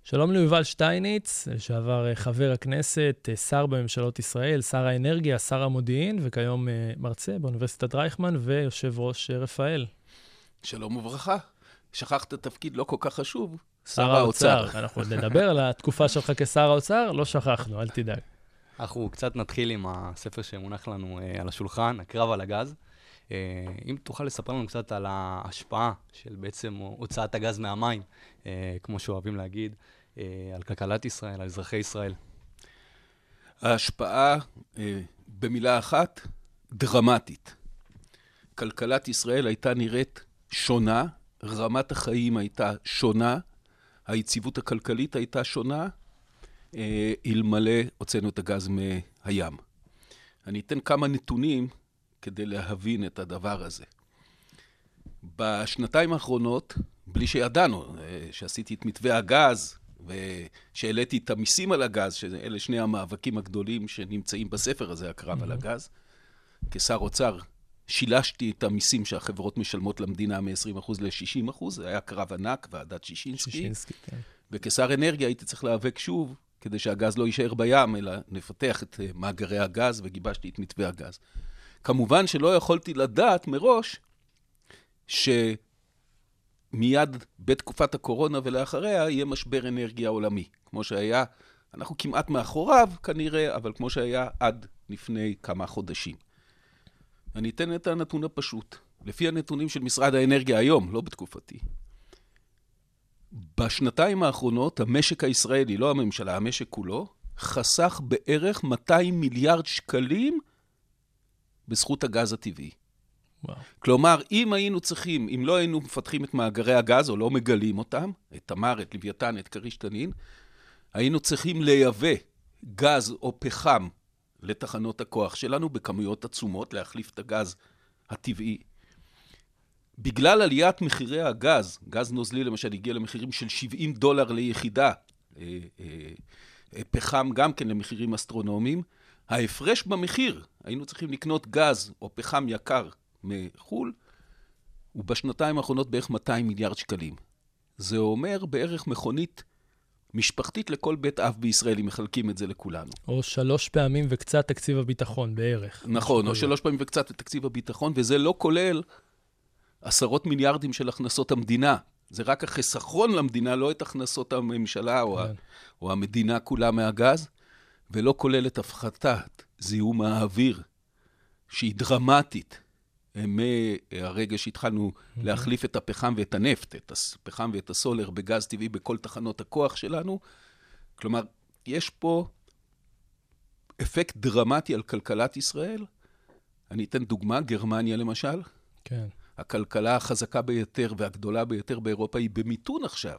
שלום ליובל שטייניץ, לשעבר חבר הכנסת, שר בממשלות ישראל, שר האנרגיה, שר המודיעין, וכיום מרצה באוניברסיטת רייכמן ויושב ראש רפאל. שלום וברכה. שכחת תפקיד לא כל כך חשוב, שר האוצר. אנחנו נדבר על התקופה שלך כשר האוצר, לא שכחנו, אל תדאג. אנחנו קצת נתחיל עם הספר שמונח לנו על השולחן, הקרב על הגז. אם תוכל לספר לנו קצת על ההשפעה של בעצם הוצאת הגז מהמים, כמו שאוהבים להגיד, על כלכלת ישראל, על אזרחי ישראל. ההשפעה, במילה אחת, דרמטית. כלכלת ישראל הייתה נראית שונה, רמת החיים הייתה שונה, היציבות הכלכלית הייתה שונה, אלמלא הוצאנו את הגז מהים. אני אתן כמה נתונים כדי להבין את הדבר הזה. בשנתיים האחרונות, בלי שידענו, שעשיתי את מתווה הגז, ושהעליתי את המיסים על הגז, שאלה שני המאבקים הגדולים שנמצאים בספר הזה, הקרב על הגז, כשר אוצר, שילשתי את המיסים שהחברות משלמות למדינה מ-20% ל-60%, זה היה קרב ענק, ועדת שישינסקי. כן. וכשר אנרגיה הייתי צריך להיאבק שוב, כדי שהגז לא יישאר בים, אלא נפתח את מאגרי הגז, וגיבשתי את מתווה הגז. כמובן שלא יכולתי לדעת מראש, שמיד בתקופת הקורונה ולאחריה, יהיה משבר אנרגיה עולמי. כמו שהיה, אנחנו כמעט מאחוריו כנראה, אבל כמו שהיה עד לפני כמה חודשים. אני אתן את הנתון הפשוט. לפי הנתונים של משרד האנרגיה היום, לא בתקופתי. בשנתיים האחרונות, המשק הישראלי, לא הממשלה, המשק כולו, חסך בערך 200 מיליארד שקלים בזכות הגז הטבעי. וואו. כלומר, אם היינו צריכים, אם לא היינו מפתחים את מאגרי הגז, או לא מגלים אותם, את תמר, את לוויתן, את כריש תנין, היינו צריכים לייבא גז או פחם לתחנות הכוח שלנו בכמויות עצומות, להחליף את הגז הטבעי. בגלל עליית מחירי הגז, גז נוזלי למשל הגיע למחירים של $70 ליחידה, פחם גם כן למחירים אסטרונומיים, ההפרש במחיר, היינו צריכים לקנות גז או פחם יקר מחול, ובשנתיים האחרונות בערך 200 מיליארד שקלים. זה אומר בערך מכונית משפחתית לכל בית אב בישראל, אם מחלקים את זה לכולנו. או 3 פעמים וקצת תקציב הביטחון בערך. נכון, או 3 פעמים וקצת תקציב הביטחון, וזה לא כולל עשרות מיליארדים של הכנסות המדינה. זה רק החסכון למדינה, לא את הכנסות הממשלה או המדינה כולה מהגז, ולא כולל את הפחתת זיהום האוויר, שהיא דרמטית, מהרגע שהתחלנו להחליף את הפחם ואת הנפט, את הפחם ואת הסולר בגז טבעי בכל תחנות הכוח שלנו. כלומר, יש פה אפקט דרמטי על כלכלת ישראל. אני אתן דוגמה, גרמניה למשל. כן. הכלכלה החזקה ביותר והגדולה ביותר באירופה היא במיתון עכשיו.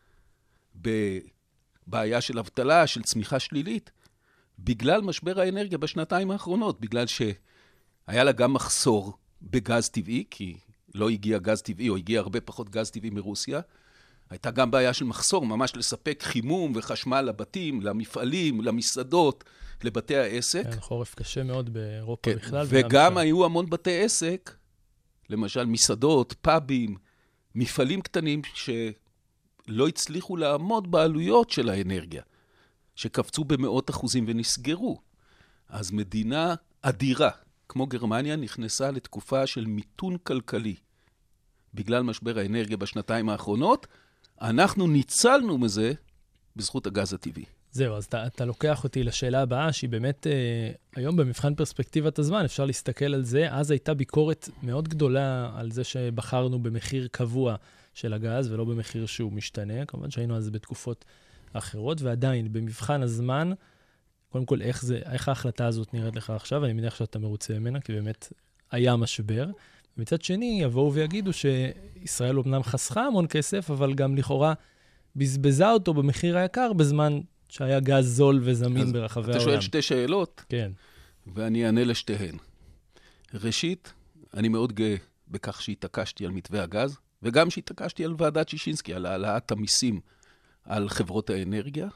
בבעיה של אבטלה, של צמיחה שלילית, בגלל משבר האנרגיה בשנתיים האחרונות, בגלל שהיה לה גם מחסור בגז טבעי, כי לא הגיע גז טבעי, או הגיע הרבה פחות גז טבעי מרוסיה, הייתה גם בעיה של מחסור, ממש לספק חימום וחשמל לבתים, למפעלים, למסעדות, לבתי העסק. כן, חורף קשה מאוד באירופה כן, בכלל. וגם היו המון בתי עסק, למשל מסעדות, פאבים, מפעלים קטנים שלא הצליחו לעמוד בעלויות של האנרגיה, שקפצו במאות אחוזים ונסגרו. אז מדינה אדירה, כמו גרמניה, נכנסה לתקופה של מיתון כלכלי. בגלל משבר האנרגיה בשנתיים האחרונות, אנחנו ניצלנו מזה בזכות הגז הטבעי. זהו, אז אתה לוקח אותי לשאלה הבאה, שהיא באמת, היום במבחן פרספקטיבת הזמן, אפשר להסתכל על זה. אז הייתה ביקורת מאוד גדולה על זה שבחרנו במחיר קבוע של הגז, ולא במחיר שהוא משתנה. כמובן שהיינו אז בתקופות אחרות, ועדיין, במבחן הזמן, קודם כל, איך ההחלטה הזאת נראית לך עכשיו? אני מניח שאתה מרוצה ממנה, כי באמת היה משבר. ומצד שני, יבואו ויגידו שישראל אומנם חסכה המון כסף, אבל גם לכאורה בזבזה אותו במחיר היקר, בזמן שהיה גז זול וזמין ברחבי העולם. אתה שואל 2 שאלות, כן. ואני אענה לשתיהן. ראשית, אני מאוד גאה בכך שהתעקשתי על מתווה הגז, וגם שהתעקשתי על ועדת שישינסקי, על העלאת המיסים על חברות האנרגיה.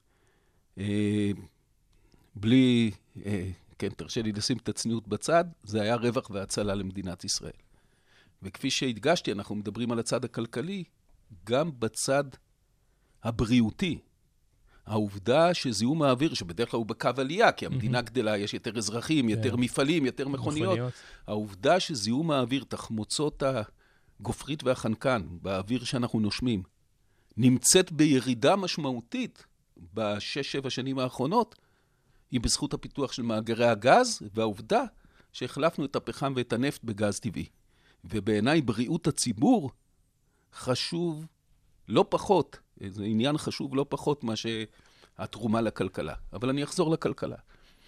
בלי, כן, תרשה לי לשים את הצניעות בצד, זה היה רווח והצלה למדינת ישראל. וכפי שהדגשתי, אנחנו מדברים על הצד הכלכלי, גם בצד הבריאותי, העובדה שזיהום האוויר, שבדרך כלל הוא בקו עלייה, כי המדינה גדלה, יש יותר אזרחים, יותר מפעלים, יותר מכוניות. העובדה שזיהום האוויר, תחמוצות הגופרית והחנקן, באוויר שאנחנו נושמים, נמצאת בירידה משמעותית ב6-7 שנים האחרונות, היא בזכות הפיתוח של מאגרי הגז, והעובדה שהחלפנו את הפחם ואת הנפט בגז טבעי. ובעיניי בריאות הציבור חשוב לא פחות, זה עניין חשוב לא פחות מה שהתרומה לכלכלה. אבל אני אחזור לכלכלה.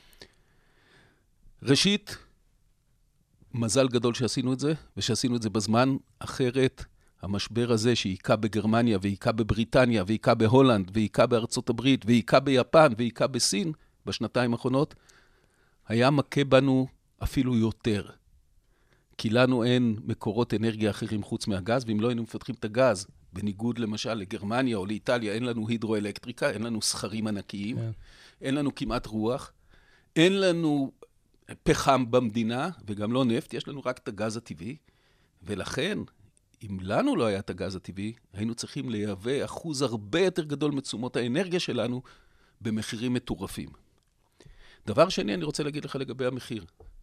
ראשית, מזל גדול שעשינו את זה, ושעשינו את זה בזמן. אחרת, המשבר הזה שהיכה בגרמניה, והיכה בבריטניה, והיכה בהולנד, והיכה בארצות הברית, והיכה ביפן, והיכה בסין, בשנתיים האחרונות, היה מכה בנו אפילו יותר. כי לנו אין מקורות אנרגיה אחרים חוץ מהגז, ואם לא היינו מפתחים את הגז, בניגוד למשל לגרמניה או לאיטליה, אין לנו הידרואלקטריקה, אין לנו סחרים ענקיים, אין לנו כמעט רוח, אין לנו פחם במדינה, וגם לא נפט, יש לנו רק את הגז הטבעי, ולכן, אם לנו לא היה את הגז הטבעי, היינו צריכים לייבא אחוז הרבה יותר גדול מתשומות האנרגיה שלנו, במחירים מטורפים. דבר שני, אני רוצה להגיד לך לגבי המחיר.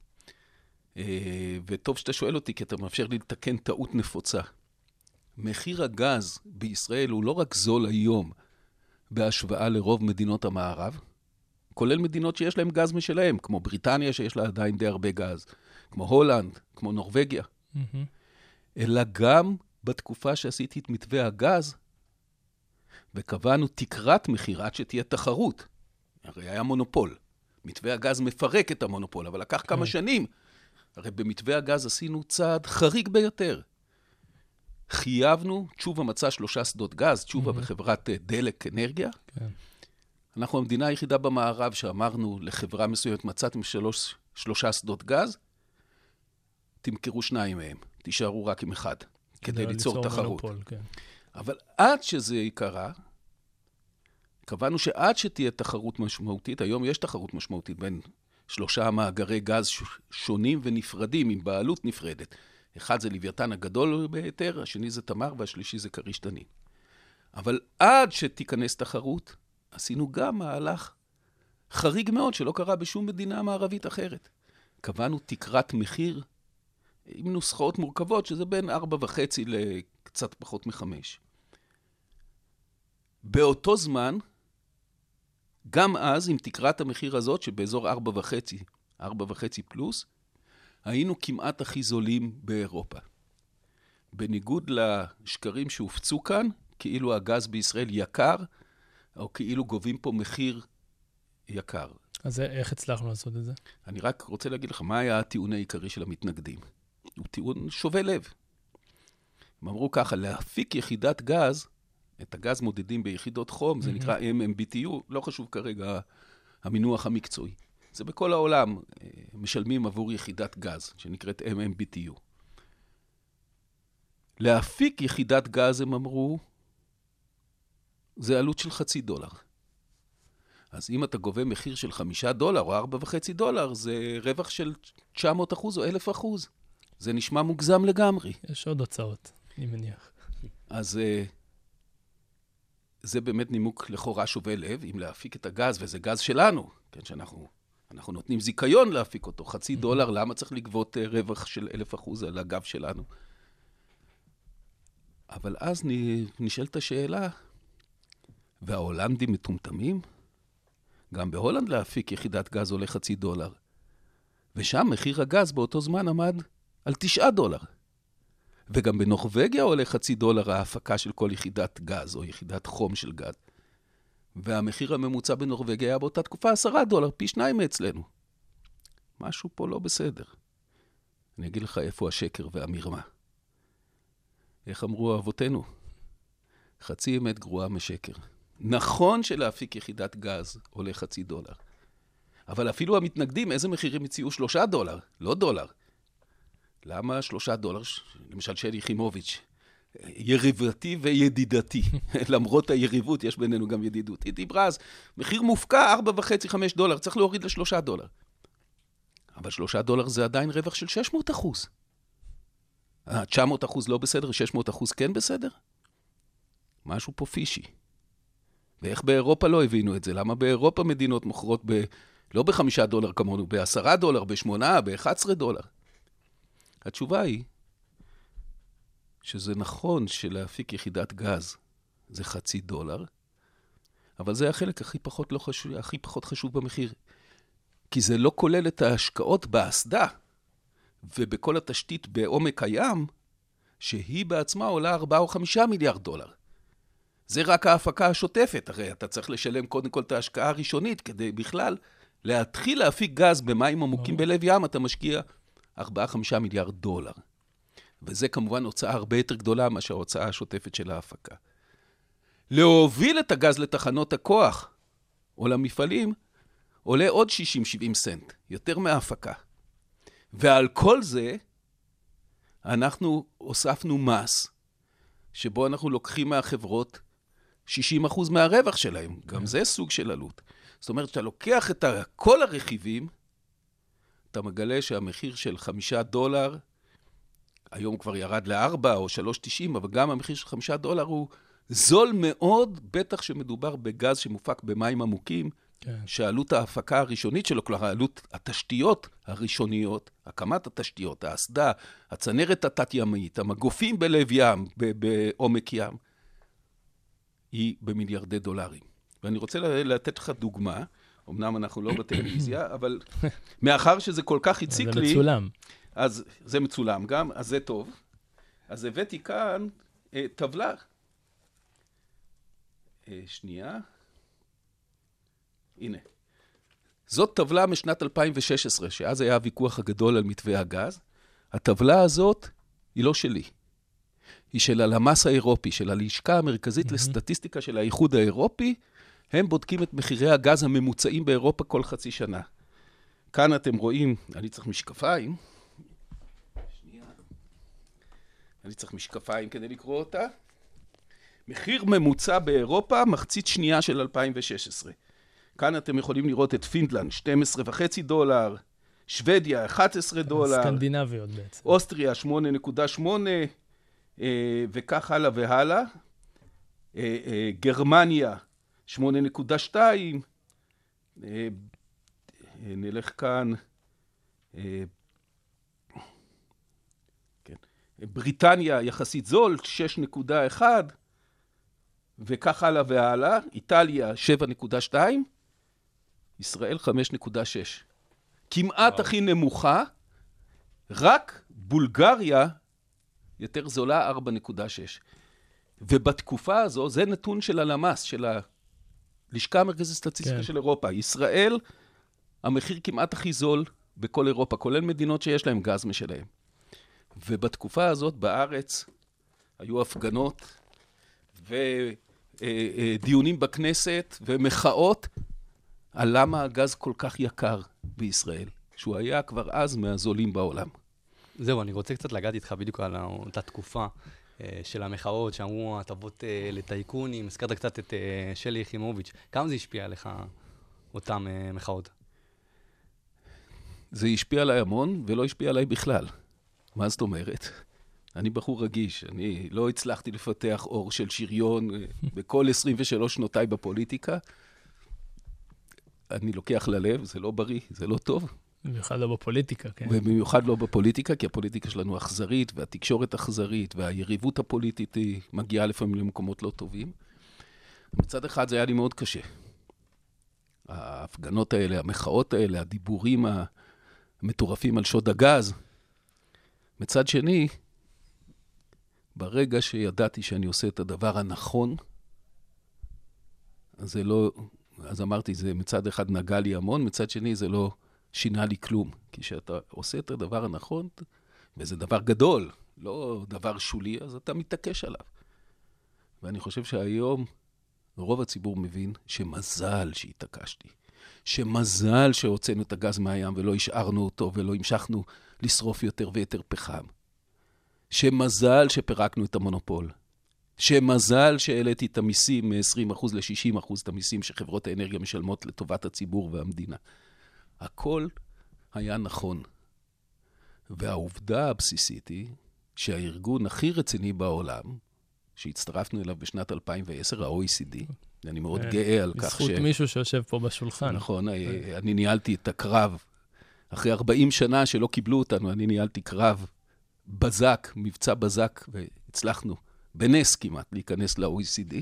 וטוב שאתה שואל אותי, כי אתה מאפשר לי לתקן טעות נפוצה. מחיר הגז בישראל הוא לא רק זול היום בהשוואה לרוב מדינות המערב, כולל מדינות שיש להם גז משלהם, כמו בריטניה שיש לה עדיין די הרבה גז, כמו הולנד, כמו נורווגיה. אלא גם בתקופה שעשיתי את מתווה הגז, וקבענו תקרת מחיר עד שתהיה תחרות. הרי היה מונופול. מתווה הגז מפרק את המונופול, אבל לקח כמה שנים. הרי במתווה הגז עשינו צעד חריג ביותר. חייבנו, תשובה מצא 3 שדות גז, תשובה בחברת דלק אנרגיה. אנחנו המדינה היחידה במערב שאמרנו לחברה מסוימת, מצאתם 3 שדות גז, תמכרו 2 מהם, תישארו רק עם 1, כדי ליצור תחרות. אבל עד שזה יקרה, קבענו שעד שתהיה תחרות משמעותית, היום יש תחרות משמעותית בין 3 מאגרי גז שונים ונפרדים, עם בעלות נפרדת. אחד זה לוויתן הגדול ביותר, השני זה תמר, והשלישי זה כריש תנין. אבל עד שתיכנס תחרות, עשינו גם מהלך חריג מאוד, שלא קרה בשום מדינה מערבית אחרת. קבענו תקרת מחיר, עם נוסחאות מורכבות, שזה בין 4.5 לקצת פחות מ5. באותו זמן, גם אז, עם תקרת המחיר הזאת, שבאזור 4.5 פלוס, היינו כמעט הכי זולים באירופה. בניגוד לשקרים שהופצו כאן, כאילו הגז בישראל יקר, או כאילו גובים פה מחיר יקר. אז איך הצלחנו לעשות את זה? אני רק רוצה להגיד לך, מה היה הטיעון העיקרי של המתנגדים? הוא טיעון שובה לב. הם אמרו ככה, להפיק יחידת גז, את הגז מודדים ביחידות חום, זה נקרא MMBTU, לא חשוב כרגע המינוח המקצועי. זה בכל העולם, משלמים עבור יחידת גז, שנקראת MMBTU. להפיק יחידת גז, הם אמרו, זה עלות של $0.50. אז אם אתה גובה מחיר של $5 או $4.50, זה רווח של 900% או 1,000%. זה נשמע מוגזם לגמרי. יש עוד הוצאות, אני מניח. אז זה באמת נימוק לכאורה שובה לב, אם להפיק את הגז, וזה גז שלנו, כן, שאנחנו נותנים זיכיון להפיק אותו, $0.50, למה צריך לגבות רווח של 1,000% על הגב שלנו? אבל אז נשאלת השאלה, וההולנדים מטומטמים? גם בהולנד להפיק יחידת גז עולה $0.50, ושם מחיר הגז באותו זמן עמד על $9. וגם בנורווגיה עולה $0.50 ההפקה של כל יחידת גז, או יחידת חום של גז. והמחיר הממוצע בנורווגיה היה באותה תקופה $10, פי 2 מאצלנו. משהו פה לא בסדר. אני אגיד לך איפה השקר והמרמה. איך אמרו אבותינו? חצי אמת גרועה משקר. נכון שלהפיק יחידת גז עולה $0.50. אבל אפילו המתנגדים, איזה מחירים הציעו? $3, לא $1. למה $3? למשל שלי יחימוביץ', יריבתי וידידתי. למרות היריבות, יש בינינו גם ידידות. היא דיברה אז, מחיר מופקע $4.5-5, צריך להוריד $3. אבל $3 זה עדיין רווח של 600%. 900% לא בסדר, 600% כן בסדר? משהו פה פישי. ואיך באירופה לא הבינו את זה? למה באירופה מדינות מוכרות לא $5 כמונו, $10, $8, $11? התשובה היא שזה נכון שלהפיק יחידת גז זה $0.50, אבל זה החלק הכי פחות חשוב במחיר. כי זה לא כולל את ההשקעות באסדה ובכל התשתית בעומק הים, שהיא בעצמה עולה $4 או $5 מיליארד. זה רק ההפקה השוטפת, הרי אתה צריך לשלם קודם כל את ההשקעה הראשונית, כדי בכלל להתחיל להפיק גז במים עמוקים בלב ים, אתה משקיע $4-5 מיליארד. וזה כמובן הוצאה הרבה יותר גדולה מאשר ההוצאה השוטפת של ההפקה. להוביל את הגז לתחנות הכוח או למפעלים, עולה עוד 60-70 סנט, יותר מההפקה. ועל כל זה, אנחנו הוספנו מס, שבו אנחנו לוקחים מהחברות 60% מהרווח שלהם. גם זה סוג של עלות. זאת אומרת, שאתה לוקח את כל הרכיבים, אתה מגלה שהמחיר של $5, היום כבר ירד ל4 או 3.90, אבל גם המחיר של $5 הוא זול מאוד, בטח שמדובר בגז שמופק במים עמוקים, שעלות ההפקה הראשונית שלו, כלומר, עלות התשתיות הראשוניות, הקמת התשתיות, האסדה, הצנרת התת-ימית, המגופים בלב ים, בעומק ים, היא במיליארדי דולרים. ואני רוצה לתת לך דוגמה, אמנם אנחנו לא בטלוויזיה, אבל מאחר שזה כל כך הציק לי... זה מצולם. אז זה מצולם גם, אז זה טוב. אז הבאתי כאן טבלה. שנייה. הנה. זאת טבלה משנת 2016, שאז היה הוויכוח הגדול על מתווה הגז. הטבלה הזאת היא לא שלי. היא של הלמ"ס האירופי, של הלשכה המרכזית לסטטיסטיקה של האיחוד האירופי. הם בודקים את מחירי הגז הממוצעים באירופה כל חצי שנה. כאן אתם רואים, אני צריך משקפיים. שנייה. אני צריך משקפיים כדי לקרוא אותה. מחיר ממוצע באירופה, מחצית שנייה של 2016. כאן אתם יכולים לראות את פינלנד, $12.5, שוודיה, $11. סקנדינביות בעצם. אוסטריה, 8.8, וכך הלאה והלאה. גרמניה, 8.2. נלך כאן. כן. בריטניה יחסית זול, 6.1. וכך הלאה והלאה. איטליה, 7.2. ישראל, 5.6. כמעט הכי נמוכה. רק בולגריה יותר זולה, 4.6. ובתקופה הזו, זה נתון של הלמ"ס, של הלשכה המרכזית סטטיסטיקה של אירופה. ישראל, המחיר כמעט הכי זול בכל אירופה, כולל מדינות שיש להם גז משלהם. ובתקופה הזאת בארץ היו הפגנות ודיונים בכנסת ומחאות על למה הגז כל כך יקר בישראל, שהוא היה כבר אז מהזולים בעולם. זהו, אני רוצה קצת לגעת איתך בדיוק על אותה תקופה של המחאות, שאמרו הטבות לטייקונים, הזכרת קצת את שלי יחימוביץ'. כמה זה השפיע עליך, אותם מחאות? זה השפיע עליי המון, ולא השפיע עליי בכלל. מה זאת אומרת? אני בחור רגיש, אני לא הצלחתי לפתח אור של שריון בכל 23 שנותיי בפוליטיקה. אני לוקח ללב, זה לא בריא, זה לא טוב. במיוחד לא בפוליטיקה, כן. ובמיוחד לא בפוליטיקה, כי הפוליטיקה שלנו אכזרית, והתקשורת אכזרית, והיריבות הפוליטית היא מגיעה לפעמים למקומות לא טובים. מצד אחד זה היה לי מאוד קשה. ההפגנות האלה, המחאות האלה, הדיבורים המטורפים על שוד הגז. מצד שני, ברגע שידעתי שאני עושה את הדבר הנכון, אז אמרתי, זה מצד אחד נגע לי המון, מצד שני זה לא שינה לי כלום. כי כשאתה עושה את הדבר הנכון, וזה דבר גדול, לא דבר שולי, אז אתה מתעקש עליו. ואני חושב שהיום רוב הציבור מבין שמזל שהתעקשתי. שמזל שהוצאנו את הגז מהים ולא השארנו אותו ולא המשכנו לשרוף יותר ויותר פחם. שמזל שפרקנו את המונופול. שמזל שהעליתי את המיסים מ-20% ל-60% את המיסים שחברות האנרגיה משלמות לטובת הציבור והמדינה. הכל היה נכון. והעובדה הבסיסית היא שהארגון הכי רציני בעולם, שהצטרפנו אליו בשנת 2010, ה-OECD, אני מאוד גאה על כך בזכות מישהו שיושב פה בשולחן. נכון, אני ניהלתי את הקרב, אחרי 40 שנה שלא קיבלו אותנו, אני ניהלתי קרב בזק, מבצע בזק, והצלחנו בנס כמעט להיכנס ל-OECD.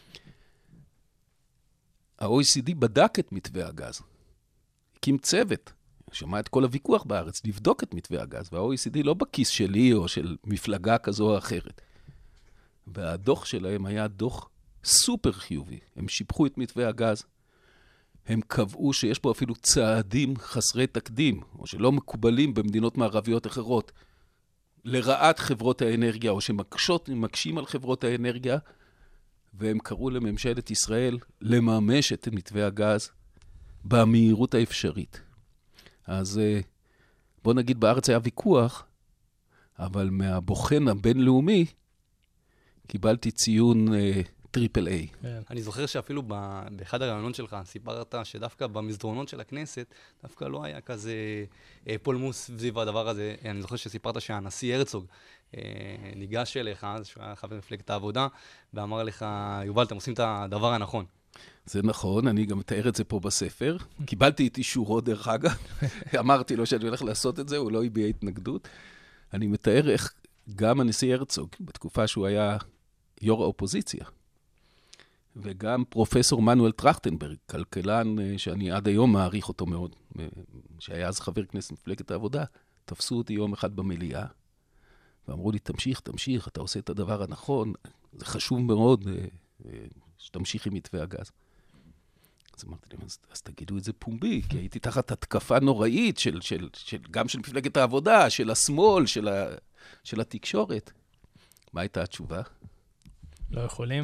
ה-OECD בדק את מתווה הגז, הקים צוות, שמע את כל הוויכוח בארץ, לבדוק את מתווה הגז, וה-OECD לא בכיס שלי או של מפלגה כזו או אחרת. והדוח שלהם היה דוח סופר חיובי. הם שיפחו את מתווה הגז, הם קבעו שיש פה אפילו צעדים חסרי תקדים, או שלא מקובלים במדינות מערביות אחרות, לרעת חברות האנרגיה, או שמקשים על חברות האנרגיה, והם קראו לממשלת ישראל לממש את מתווה הגז במהירות האפשרית. אז בוא נגיד, בארץ היה ויכוח, אבל מהבוחן הבינלאומי קיבלתי ציון טריפל איי. אני זוכר שאפילו באחד הרעיונות שלך סיפרת שדווקא במסדרונות של הכנסת, דווקא לא היה כזה פולמוס סביב הדבר הזה. אני זוכר שסיפרת שהנשיא הרצוג ניגש אליך, שהוא היה חבר מפלגת העבודה, ואמר לך, יובל, אתם עושים את הדבר הנכון. זה נכון, אני גם מתאר את זה פה בספר. קיבלתי את אישורו דרך אגב, אמרתי לו שאני הולך לעשות את זה, הוא לא הביע התנגדות. אני מתאר איך גם הנשיא הרצוג, בתקופה שהוא היה יו"ר האופוזיציה, וגם פרופסור מנואל טרכטנברג, כלכלן שאני עד היום מעריך אותו מאוד, שהיה אז חבר כנסת מפלגת העבודה, תפסו אותי יום אחד במליאה, ואמרו לי, תמשיך, אתה עושה את הדבר הנכון, זה חשוב מאוד שתמשיך עם מתווה הגז. אז אמרתי להם, אז תגידו את זה פומבי, כי הייתי תחת התקפה נוראית גם של מפלגת העבודה, של השמאל, של התקשורת. מה הייתה התשובה? לא יכולים.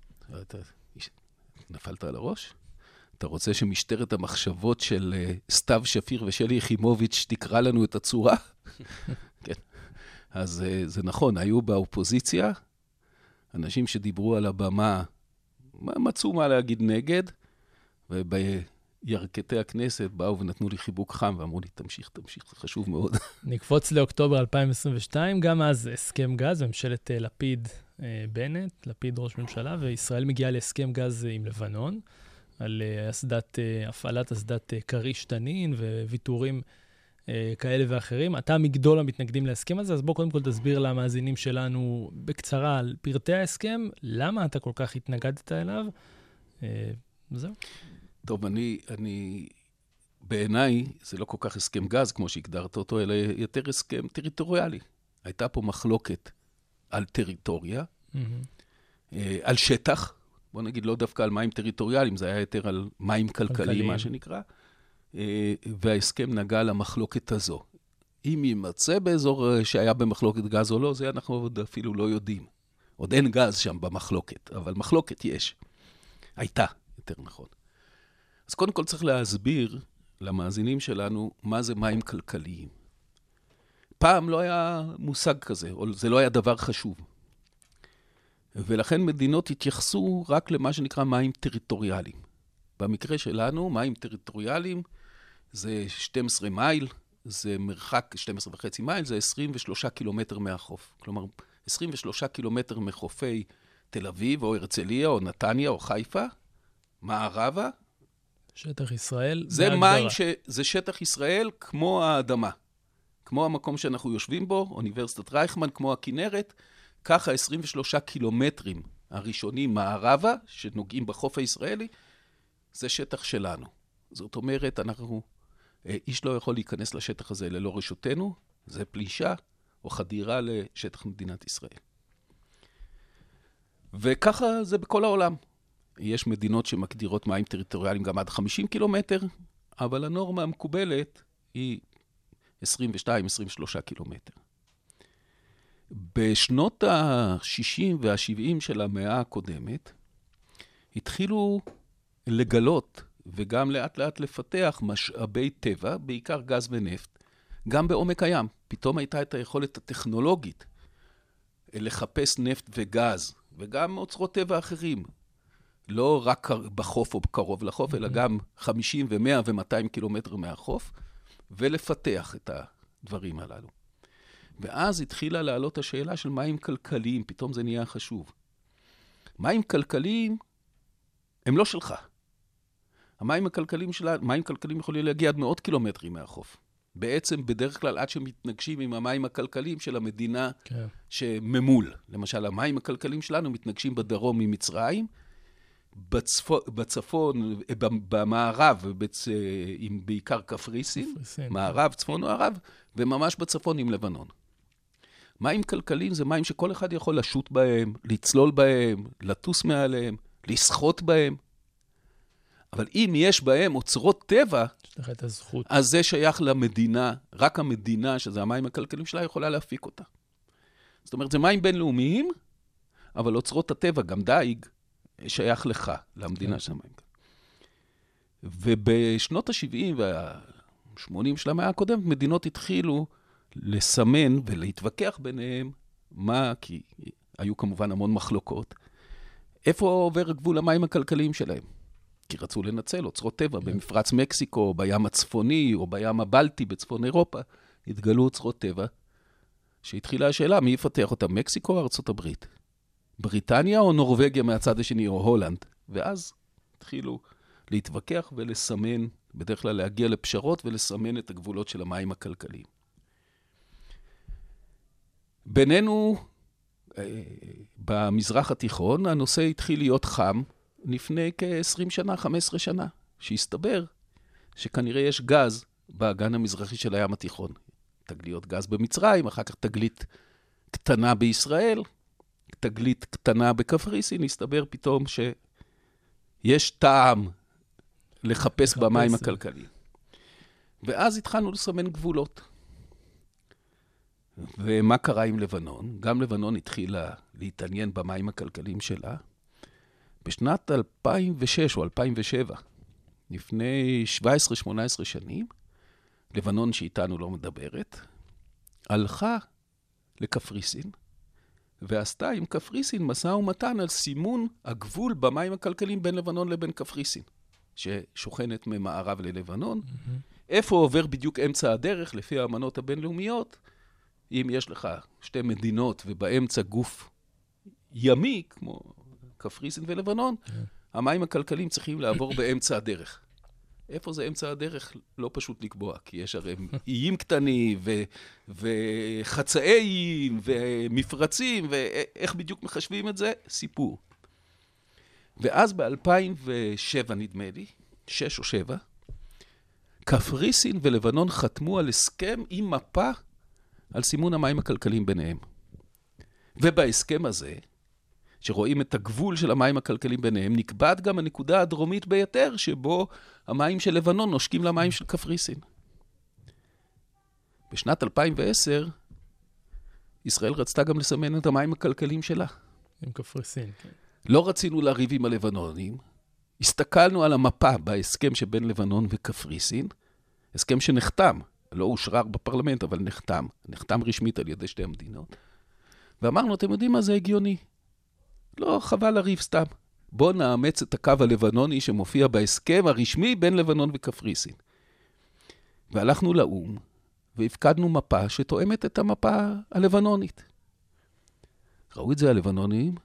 נפלת על הראש? אתה רוצה שמשטרת המחשבות של סתיו שפיר ושלי יחימוביץ' תקרא לנו את הצורה? כן. אז זה נכון, היו באופוזיציה, אנשים שדיברו על הבמה, מצאו מה להגיד נגד, ובירכתי הכנסת באו ונתנו לי חיבוק חם, ואמרו לי, תמשיך, זה חשוב מאוד. נקפוץ לאוקטובר 2022, גם אז הסכם גז, ממשלת לפיד בנט, לפיד ראש ממשלה, וישראל מגיעה להסכם גז עם לבנון, על הפעלת אסדת כריש תנין וויתורים כאלה ואחרים. אתה מגדול המתנגדים להסכם הזה, אז בוא קודם כל תסביר למאזינים שלנו בקצרה על פרטי ההסכם, למה אתה כל כך התנגדת אליו, זהו. טוב, בעיניי זה לא כל כך הסכם גז, כמו שהגדרת אותו, אלא יותר הסכם טריטוריאלי. הייתה פה מחלוקת על טריטוריה, על שטח, בוא נגיד לא דווקא על מים טריטוריאליים, זה היה יותר על מים כלכליים, מה שנקרא, וההסכם נגע למחלוקת הזו. אם יימצא באזור שהיה במחלוקת גז או לא, זה אנחנו עוד אפילו לא יודעים. עוד אין גז שם במחלוקת, אבל מחלוקת יש. הייתה, יותר נכון. אז קודם כל צריך להסביר למאזינים שלנו מה זה מים כלכליים. פעם לא היה מושג כזה, או זה לא היה דבר חשוב. ולכן מדינות התייחסו רק למה שנקרא מים טריטוריאליים. במקרה שלנו, מים טריטוריאליים זה 12 מייל, זה מרחק 12.5 מייל, זה 23 קילומטר מהחוף. כלומר, 23 קילומטר מחופי תל אביב, או הרצליה, או נתניה, או חיפה, מערבה. שטח ישראל. זה מים זה שטח ישראל כמו האדמה. כמו המקום שאנחנו יושבים בו, אוניברסיטת רייכמן, כמו הכנרת, ככה 23 קילומטרים הראשונים מערבה, שנוגעים בחוף הישראלי, זה שטח שלנו. זאת אומרת, איש לא יכול להיכנס לשטח הזה ללא רשותנו, זה פלישה או חדירה לשטח מדינת ישראל. וככה זה בכל העולם. יש מדינות שמגדירות מים טריטוריאליים גם עד 50 קילומטר, אבל הנורמה המקובלת היא 22-23 קילומטר. בשנות ה-60 וה-70 של המאה הקודמת, התחילו לגלות וגם לאט לאט לפתח משאבי טבע, בעיקר גז ונפט, גם בעומק הים. פתאום הייתה את היכולת הטכנולוגית לחפש נפט וגז, וגם אוצרות טבע אחרים. לא רק בחוף או קרוב לחוף, אלא גם 50 ו-100 ו-200 קילומטר מהחוף, ולפתח את הדברים הללו. ואז התחילה לעלות השאלה של מים כלכליים, פתאום זה נהיה חשוב. מים כלכליים הם לא שלך. המים הכלכליים מים כלכליים יכולים להגיע עד מאות קילומטרים מהחוף. בעצם בדרך כלל עד שמתנגשים עם המים הכלכליים של המדינה שממול. למשל, המים הכלכליים שלנו מתנגשים בדרום ממצרים, בצפון, במערב, עם בעיקר קפריסין, מערב, צפון מערב, וממש בצפון עם לבנון. מים כלכליים זה מים שכל אחד יכול לשוט בהם, לצלול בהם, לטוס מעליהם, לשחות בהם. אבל אם יש בהם אוצרות טבע, אז זה שייך למדינה, רק המדינה, שזה המים הכלכליים שלה, יכולה להפיק אותה. זאת אומרת, זה מים בינלאומיים, אבל אוצרות הטבע, גם דייג, שייך לך, למדינה של המים. ובשנות ה-70 וה-80 של המאה הקודמת, מדינות התחילו לסמן ולהתווכח ביניהם מה, כי היו כמובן המון מחלוקות, איפה עובר גבול המים הכלכליים שלהם. כי רצו לנצל אוצרות טבע במפרץ מקסיקו, בים הצפוני או בים הבלטי בצפון אירופה, התגלו אוצרות טבע, שהתחילה השאלה, מי יפתח אותם, מקסיקו או ארצות הברית? בריטניה או נורווגיה מהצד השני או הולנד? ואז התחילו להתווכח ולסמן, בדרך כלל להגיע לפשרות ולסמן את הגבולות של המים הכלכליים. בינינו, במזרח התיכון, הנושא התחיל להיות חם, לפני כ-20 שנה, 15 שנה, שהסתבר שכנראה יש גז באגן המזרחי של הים התיכון. תגליות גז במצרים, אחר כך תגלית קטנה בישראל, תגלית קטנה בקפריסין, הסתבר פתאום שיש טעם לחפש במים הכלכליים. ואז התחלנו לסמן גבולות. ומה קרה עם לבנון? גם לבנון התחילה להתעניין במים הכלכליים שלה, בשנת 2006 או 2007, לפני 17-18 שנים, לבנון שאיתנו לא מדברת, הלכה לקפריסין, ועשתה עם קפריסין משא ומתן על סימון הגבול במים הכלכליים בין לבנון לבין קפריסין, ששוכנת ממערב ללבנון. איפה עובר בדיוק אמצע הדרך, לפי האמנות הבינלאומיות, אם יש לך שתי מדינות ובאמצע גוף ימי, כמו קפריסין ולבנון, המים הכלכליים צריכים לעבור באמצע הדרך. איפה זה אמצע הדרך? לא פשוט לקבוע, כי יש הרי איים קטנים וחצאי איים ומפרצים, ואיך בדיוק מחשבים את זה? סיפור. ואז ב-2007 נדמה לי, 6 או 7, קפריסין ולבנון חתמו על הסכם עם מפה על סימון המים הכלכליים ביניהם. ובהסכם הזה, שרואים את הגבול של המים הכלכליים ביניהם, נקבעת גם הנקודה הדרומית ביותר, שבו המים של לבנון נושקים למים של קפריסין. בשנת 2010, ישראל רצתה גם לסמן את המים הכלכליים שלה. עם קפריסין, כן. לא רצינו לריב עם הלבנונים, הסתכלנו על המפה בהסכם שבין לבנון וקפריסין, הסכם שנחתם, לא אושרר בפרלמנט, אבל נחתם רשמית על ידי שתי המדינות, ואמרנו, אתם יודעים מה זה הגיוני? לא, חבל לריב סתם. בואו נאמץ את הקו הלבנוני שמופיע בהסכם הרשמי בין לבנון וקפריסין. והלכנו לאום, והפקדנו מפה שתואמת את המפה הלבנונית. ראו את זה הלבנונים,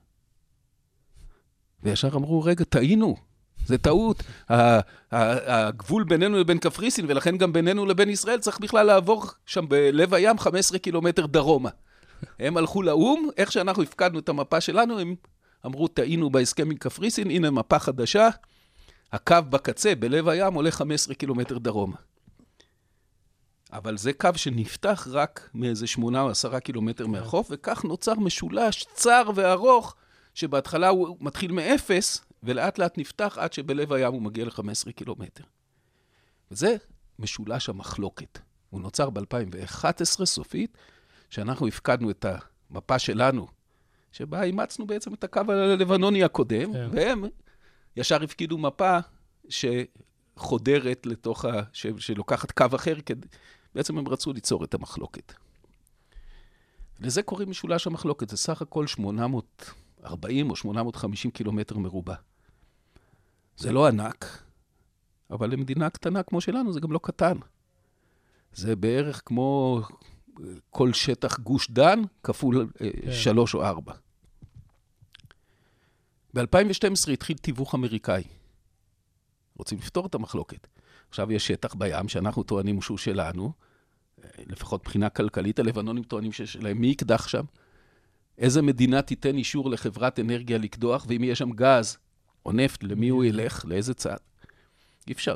וישר אמרו, רגע, טעינו, זה טעות. הגבול בינינו לבין קפריסין, ולכן גם בינינו לבין ישראל, צריך בכלל לעבור שם בלב הים 15 קילומטר דרומה. הם הלכו לאום, איך שאנחנו הפקדנו את המפה שלנו, הם אמרו, טעינו בהסכם עם קפריסין, הנה מפה חדשה, הקו בקצה, בלב הים, עולה 15 קילומטר דרומה. אבל זה קו שנפתח רק מאיזה 8 או 10 קילומטר מהחוף, וכך נוצר משולש צר וארוך, שבהתחלה הוא מתחיל מאפס, ולאט לאט נפתח עד שבלב הים הוא מגיע ל-15 קילומטר. וזה משולש המחלוקת. הוא נוצר ב-2011 סופית, שאנחנו הפקדנו את המפה שלנו, שבה אימצנו בעצם את הקו הלבנוני הקודם, כן. והם ישר הפקידו מפה שחודרת לתוך, שלוקחת קו אחר, בעצם הם רצו ליצור את המחלוקת. לזה קוראים משולש המחלוקת, זה סך הכל 840 או 850 קילומטר מרובע. זה לא ענק, אבל למדינה קטנה כמו שלנו זה גם לא קטן. זה בערך כמו כל שטח גוש דן כפול 3 או 4. ב-2012 התחיל תיווך אמריקאי. רוצים לפתור את המחלוקת. עכשיו יש שטח בים שאנחנו טוענים שהוא שלנו, לפחות מבחינה כלכלית, הלבנונים טוענים שלהם, מי יקדח שם? איזה מדינה תיתן אישור לחברת אנרגיה לקדוח, ואם יש שם גז או נפט, למי הוא ילך, לאיזה צד? אי אפשר.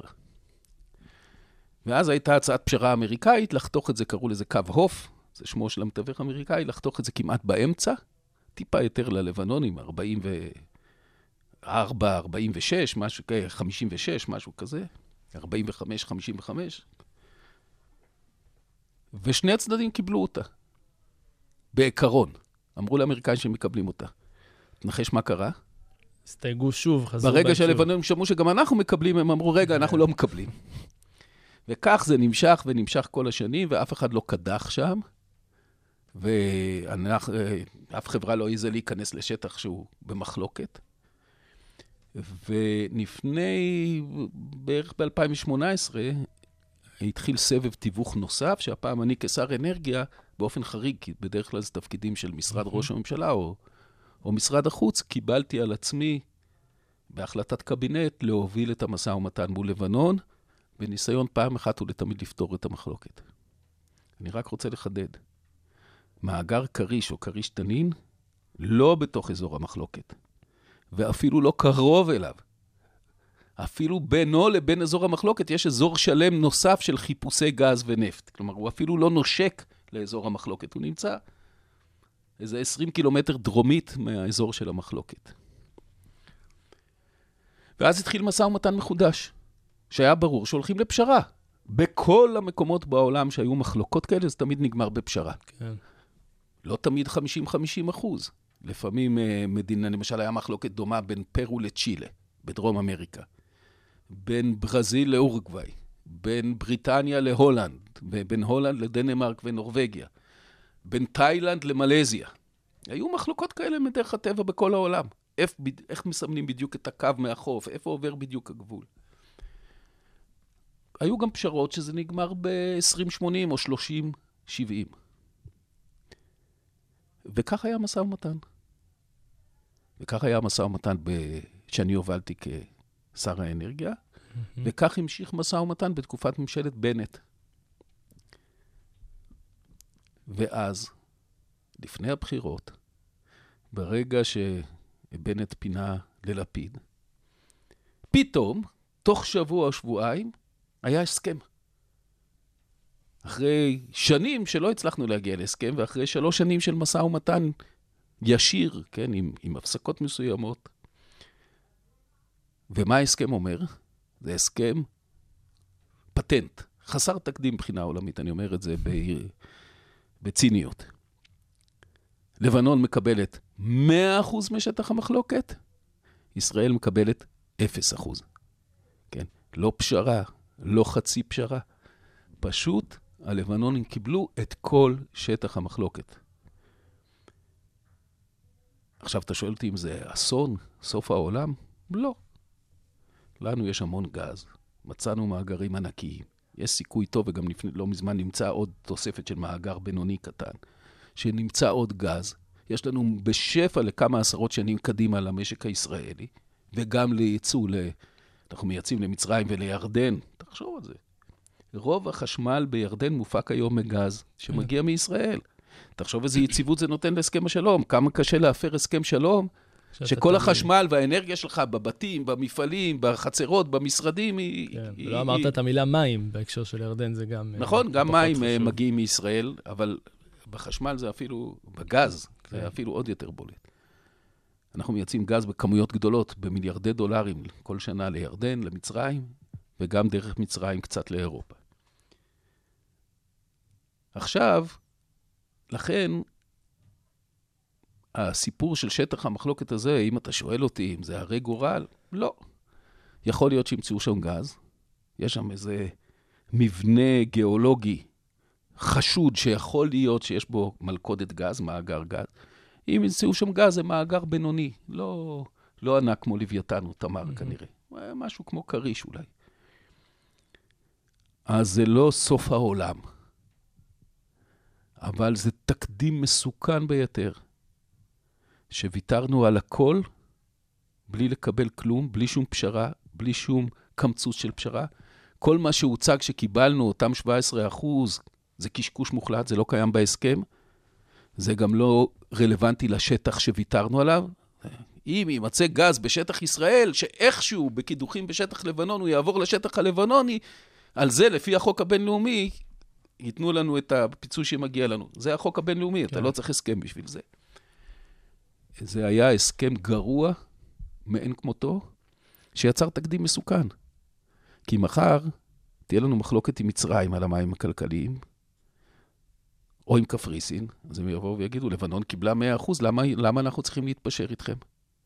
ואז הייתה הצעת פשרה אמריקאית, לחתוך את זה, קראו לזה קו הוף, זה שמו של המתווך אמריקאי, לחתוך את זה כמעט באמצע, טיפה יותר ללבנונים, 44, 46, משהו, 56, משהו כזה, 45, 55. ושני הצדדים קיבלו אותה. בעיקרון. אמרו לאמריקאים שהם מקבלים אותה. תנחש מה קרה? הסתייגו שוב, חזרו ברגע שהלבנונים שמעו שגם אנחנו מקבלים, הם אמרו, רגע, אנחנו לא מקבלים. וכך זה נמשך ונמשך כל השנים, ואף אחד לא קדח שם, ואף חברה לא העיזה להיכנס לשטח שהוא במחלוקת. ולפני, בערך ב-2018, התחיל סבב תיווך נוסף, שהפעם אני כשר אנרגיה, באופן חריג, כי בדרך כלל זה תפקידים של משרד ראש הממשלה או משרד החוץ, קיבלתי על עצמי בהחלטת קבינט להוביל את המשא ומתן מול לבנון, בניסיון פעם אחת ולתמיד לפתור את המחלוקת. אני רק רוצה לחדד. מאגר קריש או קריש תנין, לא בתוך אזור המחלוקת, ואפילו לא קרוב אליו. אפילו בינו לבין אזור המחלוקת יש אזור שלם נוסף של חיפושי גז ונפט. כלומר, הוא אפילו לא נושק לאזור המחלוקת. הוא נמצא איזה 20 קילומטר דרומית מהאזור של המחלוקת. ואז התחיל משא ומתן מחודש, שהיה ברור שהולכים לפשרה. בכל המקומות בעולם שהיו מחלוקות כאלה, זה תמיד נגמר בפשרה. כן. לא תמיד 50-50%. לפעמים מדינה, למשל, היה מחלוקת דומה בין פרו לצ'ילה, בדרום אמריקה. בין ברזיל לאורוגוואי, בין בריטניה להולנד, בין הולנד לדנמרק ונורווגיה, בין תאילנד למלזיה. היו מחלוקות כאלה מדרך הטבע בכל העולם. איך מסמנים בדיוק את הקו מהחוף, איפה עובר בדיוק הגבול. היו גם פשרות שזה נגמר ב-20-80 או 30-70. וכך היה משא ומתן. וכך היה משא ומתן שאני הובלתי כשר האנרגיה, וכך המשיך משא ומתן בתקופת ממשלת בנט. ואז, לפני הבחירות, ברגע שבנט פינה ללפיד, פתאום, תוך שבוע או שבועיים, היה הסכם. אחרי שנים שלא הצלחנו להגיע להסכם, ואחרי 3 שנים של משא ומתן ישיר, כן, עם הפסקות מסוימות. ומה ההסכם אומר? זה הסכם פטנט, חסר תקדים מבחינה עולמית, אני אומר את זה בציניות. לבנון מקבלת 100% משטח המחלוקת, ישראל מקבלת 0%. כן, לא פשרה, לא חצי פשרה. פשוט הלבנונים קיבלו את כל שטח המחלוקת. עכשיו אתה שואל אותי אם זה אסון, סוף העולם? לא. לנו יש המון גז, מצאנו מאגרים ענקיים, יש סיכוי טוב, וגם לא מזמן נמצא עוד תוספת של מאגר בינוני קטן, שנמצא עוד גז, יש לנו בשפע לכמה עשרות שנים קדימה למשק הישראלי, וגם לייצוא, אנחנו מייצאים למצרים ולירדן, תחשוב על זה. רוב החשמל בירדן מופק היום מגז שמגיע מישראל. תחשוב איזה יציבות זה נותן להסכם השלום, כמה קשה להפר הסכם שלום, שכל החשמל והאנרגיה שלך בבתים, במפעלים, בחצרות, במשרדים היא... לא אמרת את המילה מים בהקשר של ירדן, זה גם... נכון, גם מים מגיעים מישראל, אבל בחשמל זה אפילו, בגז, זה אפילו עוד יותר בולט. אנחנו מייצאים גז בכמויות גדולות, במיליארדי דולרים כל שנה לירדן, למצרים, וגם דרך מצרים קצת לאירופה. עכשיו, לכן, הסיפור של שטח המחלוקת הזה, אם אתה שואל אותי אם זה הרי גורל, לא. יכול להיות שימצאו שם גז, יש שם איזה מבנה גיאולוגי חשוד שיכול להיות שיש בו מלכודת גז, מאגר גז. אם ימצאו שם גז זה מאגר בינוני, לא ענק כמו לוויתן או תמר כנראה. משהו כמו קריש אולי. אז זה לא סוף העולם. אבל זה תקדים מסוכן ביותר. שוויתרנו על הכל בלי לקבל כלום, בלי שום פשרה, בלי שום קמצוץ של פשרה. כל מה שהוצג שקיבלנו, אותם 17%, זה קשקוש מוחלט, זה לא קיים בהסכם. זה גם לא רלוונטי לשטח שוויתרנו עליו. אם יימצא גז בשטח ישראל, שאיכשהו בקידוחים בשטח לבנון, הוא יעבור לשטח הלבנוני, על זה, לפי החוק הבינלאומי, ייתנו לנו את הפיצוי שמגיע לנו. זה החוק הבינלאומי, אתה לא צריך הסכם בשביל זה. זה היה הסכם גרוע, מאין כמותו, שיצר תקדים מסוכן. כי מחר תהיה לנו מחלוקת עם מצרים על המים הכלכליים, או עם קפריסין, אז הם יבואו ויגידו, לבנון קיבלה 100%, למה אנחנו צריכים להתפשר איתכם?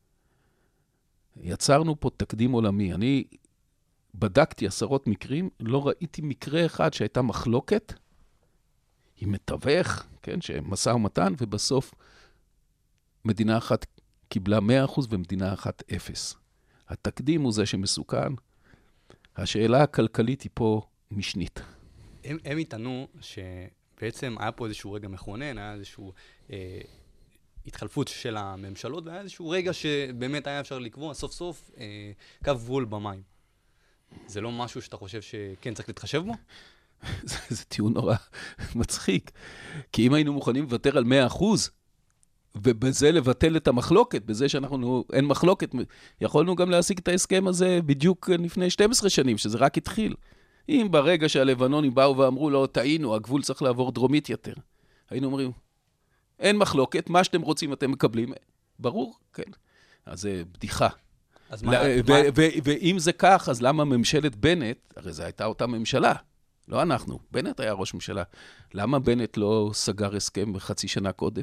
יצרנו פה תקדים עולמי. אני בדקתי 10 מקרים, לא ראיתי מקרה אחד שהייתה מחלוקת, עם מתווך, כן, שמשא ומתן, ובסוף מדינה אחת קיבלה 100% ומדינה אחת 0. התקדים הוא זה שמסוכן. השאלה הכלכלית היא פה משנית. הם יטענו שבעצם היה פה איזשהו רגע מכונן, היה איזשהו התחלפות של הממשלות, והיה איזשהו רגע שבאמת היה אפשר לקבוע סוף סוף קו גבול במים. זה לא משהו שאתה חושב שכן צריך להתחשב בו? זה טיעון נורא מצחיק. כי אם היינו מוכנים לוותר על 100%, ובזה לבטל את המחלוקת, בזה שאנחנו, אין מחלוקת, יכולנו גם להשיג את ההסכם הזה בדיוק לפני 12 שנים, שזה רק התחיל. אם ברגע שהלבנונים באו ואמרו לו, טעינו, הגבול צריך לעבור דרומית יותר. היינו אומרים, אין מחלוקת, מה שאתם רוצים אתם מקבלים. ברור, כן. אז זה בדיחה. אז ואם זה כך, אז למה ממשלת בנט, הרי זו הייתה אותה ממשלה, לא אנחנו, בנט היה ראש ממשלה, למה בנט לא סגר הסכם בחצי שנה קודם?